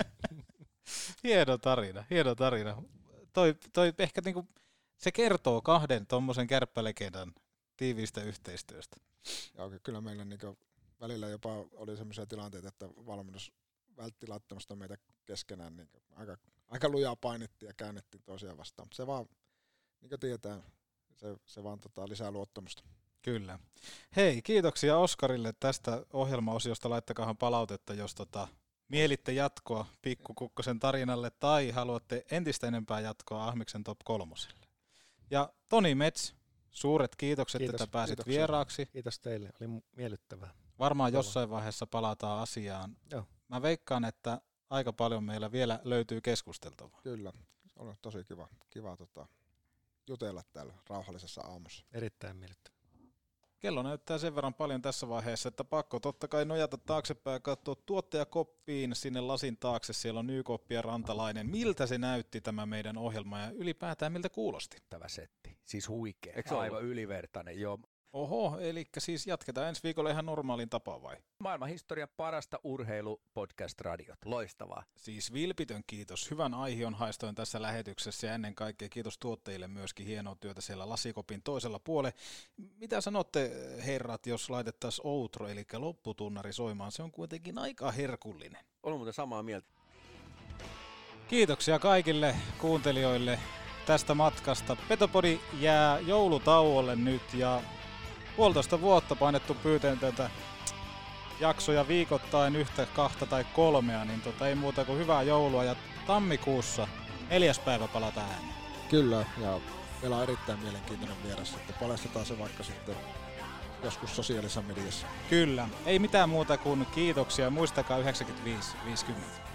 S8: Hieno tarina, hieno tarina. Toi, toi ehkä niinku, se kertoo kahden tommosen kärppälegendan tiiviistä yhteistyöstä.
S10: Ja oikein, kyllä meillä niinku välillä jopa oli semmoisia tilanteita, että valmennus vältti laittamasta meitä keskenään. Niin aika, aika lujaa painittiin ja käännettiin toisiaan vastaan. Se vaan, niin kuin tietää, se, se vaan tota, lisää luottamusta.
S8: Kyllä. Hei, kiitoksia Oskarille tästä ohjelmaosiosta. Laittakahan palautetta, jos tota, mielitte jatkoa Pikku Kukkosen tarinalle tai haluatte entistä enempää jatkoa Ahmiksen top kolmoselle. Ja Toni Mets, suuret kiitokset, Kiitos, että pääsit kiitoksia. vieraaksi.
S11: Kiitos teille, oli miellyttävää.
S8: Varmaan jossain vaiheessa palataan asiaan.
S11: Joo.
S8: Mä veikkaan, että aika paljon meillä vielä löytyy keskusteltavaa.
S10: Kyllä, on tosi kiva, kiva tota, jutella täällä rauhallisessa aamussa.
S11: Erittäin miellyttävää.
S8: Kello näyttää sen verran paljon tässä vaiheessa, että pakko totta kai nojata taaksepäin ja katsoa tuottajakoppiin sinne lasin taakse. Siellä on Nykoppi ja Rantalainen. Miltä se näytti tämä meidän ohjelma ja ylipäätään miltä kuulosti?
S12: Tämä setti, siis huikea. Eikö se aivan ylivertainen? Joo.
S8: Oho, eli siis jatketaan ensi viikolla ihan normaalin tapaan vai?
S12: Maailman historian parasta urheilu-podcast-radiot. Loistavaa.
S8: Siis vilpitön kiitos. Hyvän aihion haistoin tässä lähetyksessä ja ennen kaikkea kiitos tuottajille myöskin hienoa työtä siellä lasikopin toisella puolella. Mitä sanotte herrat, jos laitettaisiin outro, eli lopputunnari soimaan? Se on kuitenkin aika herkullinen.
S12: Olen muuten samaa mieltä.
S8: Kiitoksia kaikille kuuntelijoille tästä matkasta. Petopodi jää joulutauolle nyt ja puolitoista vuotta painettu pyyteen tätä jaksoja viikoittain yhtä, kahta tai kolmea, niin tota ei muuta kuin hyvää joulua ja tammikuussa neljäs päivä palataan ääneen.
S10: Kyllä, ja meillä on erittäin mielenkiintoinen vieras, että paljastetaan se vaikka sitten joskus sosiaalisessa mediassa.
S8: Kyllä, ei mitään muuta kuin kiitoksia, muistakaa yhdeksänkymmentäviisi viisikymmentä.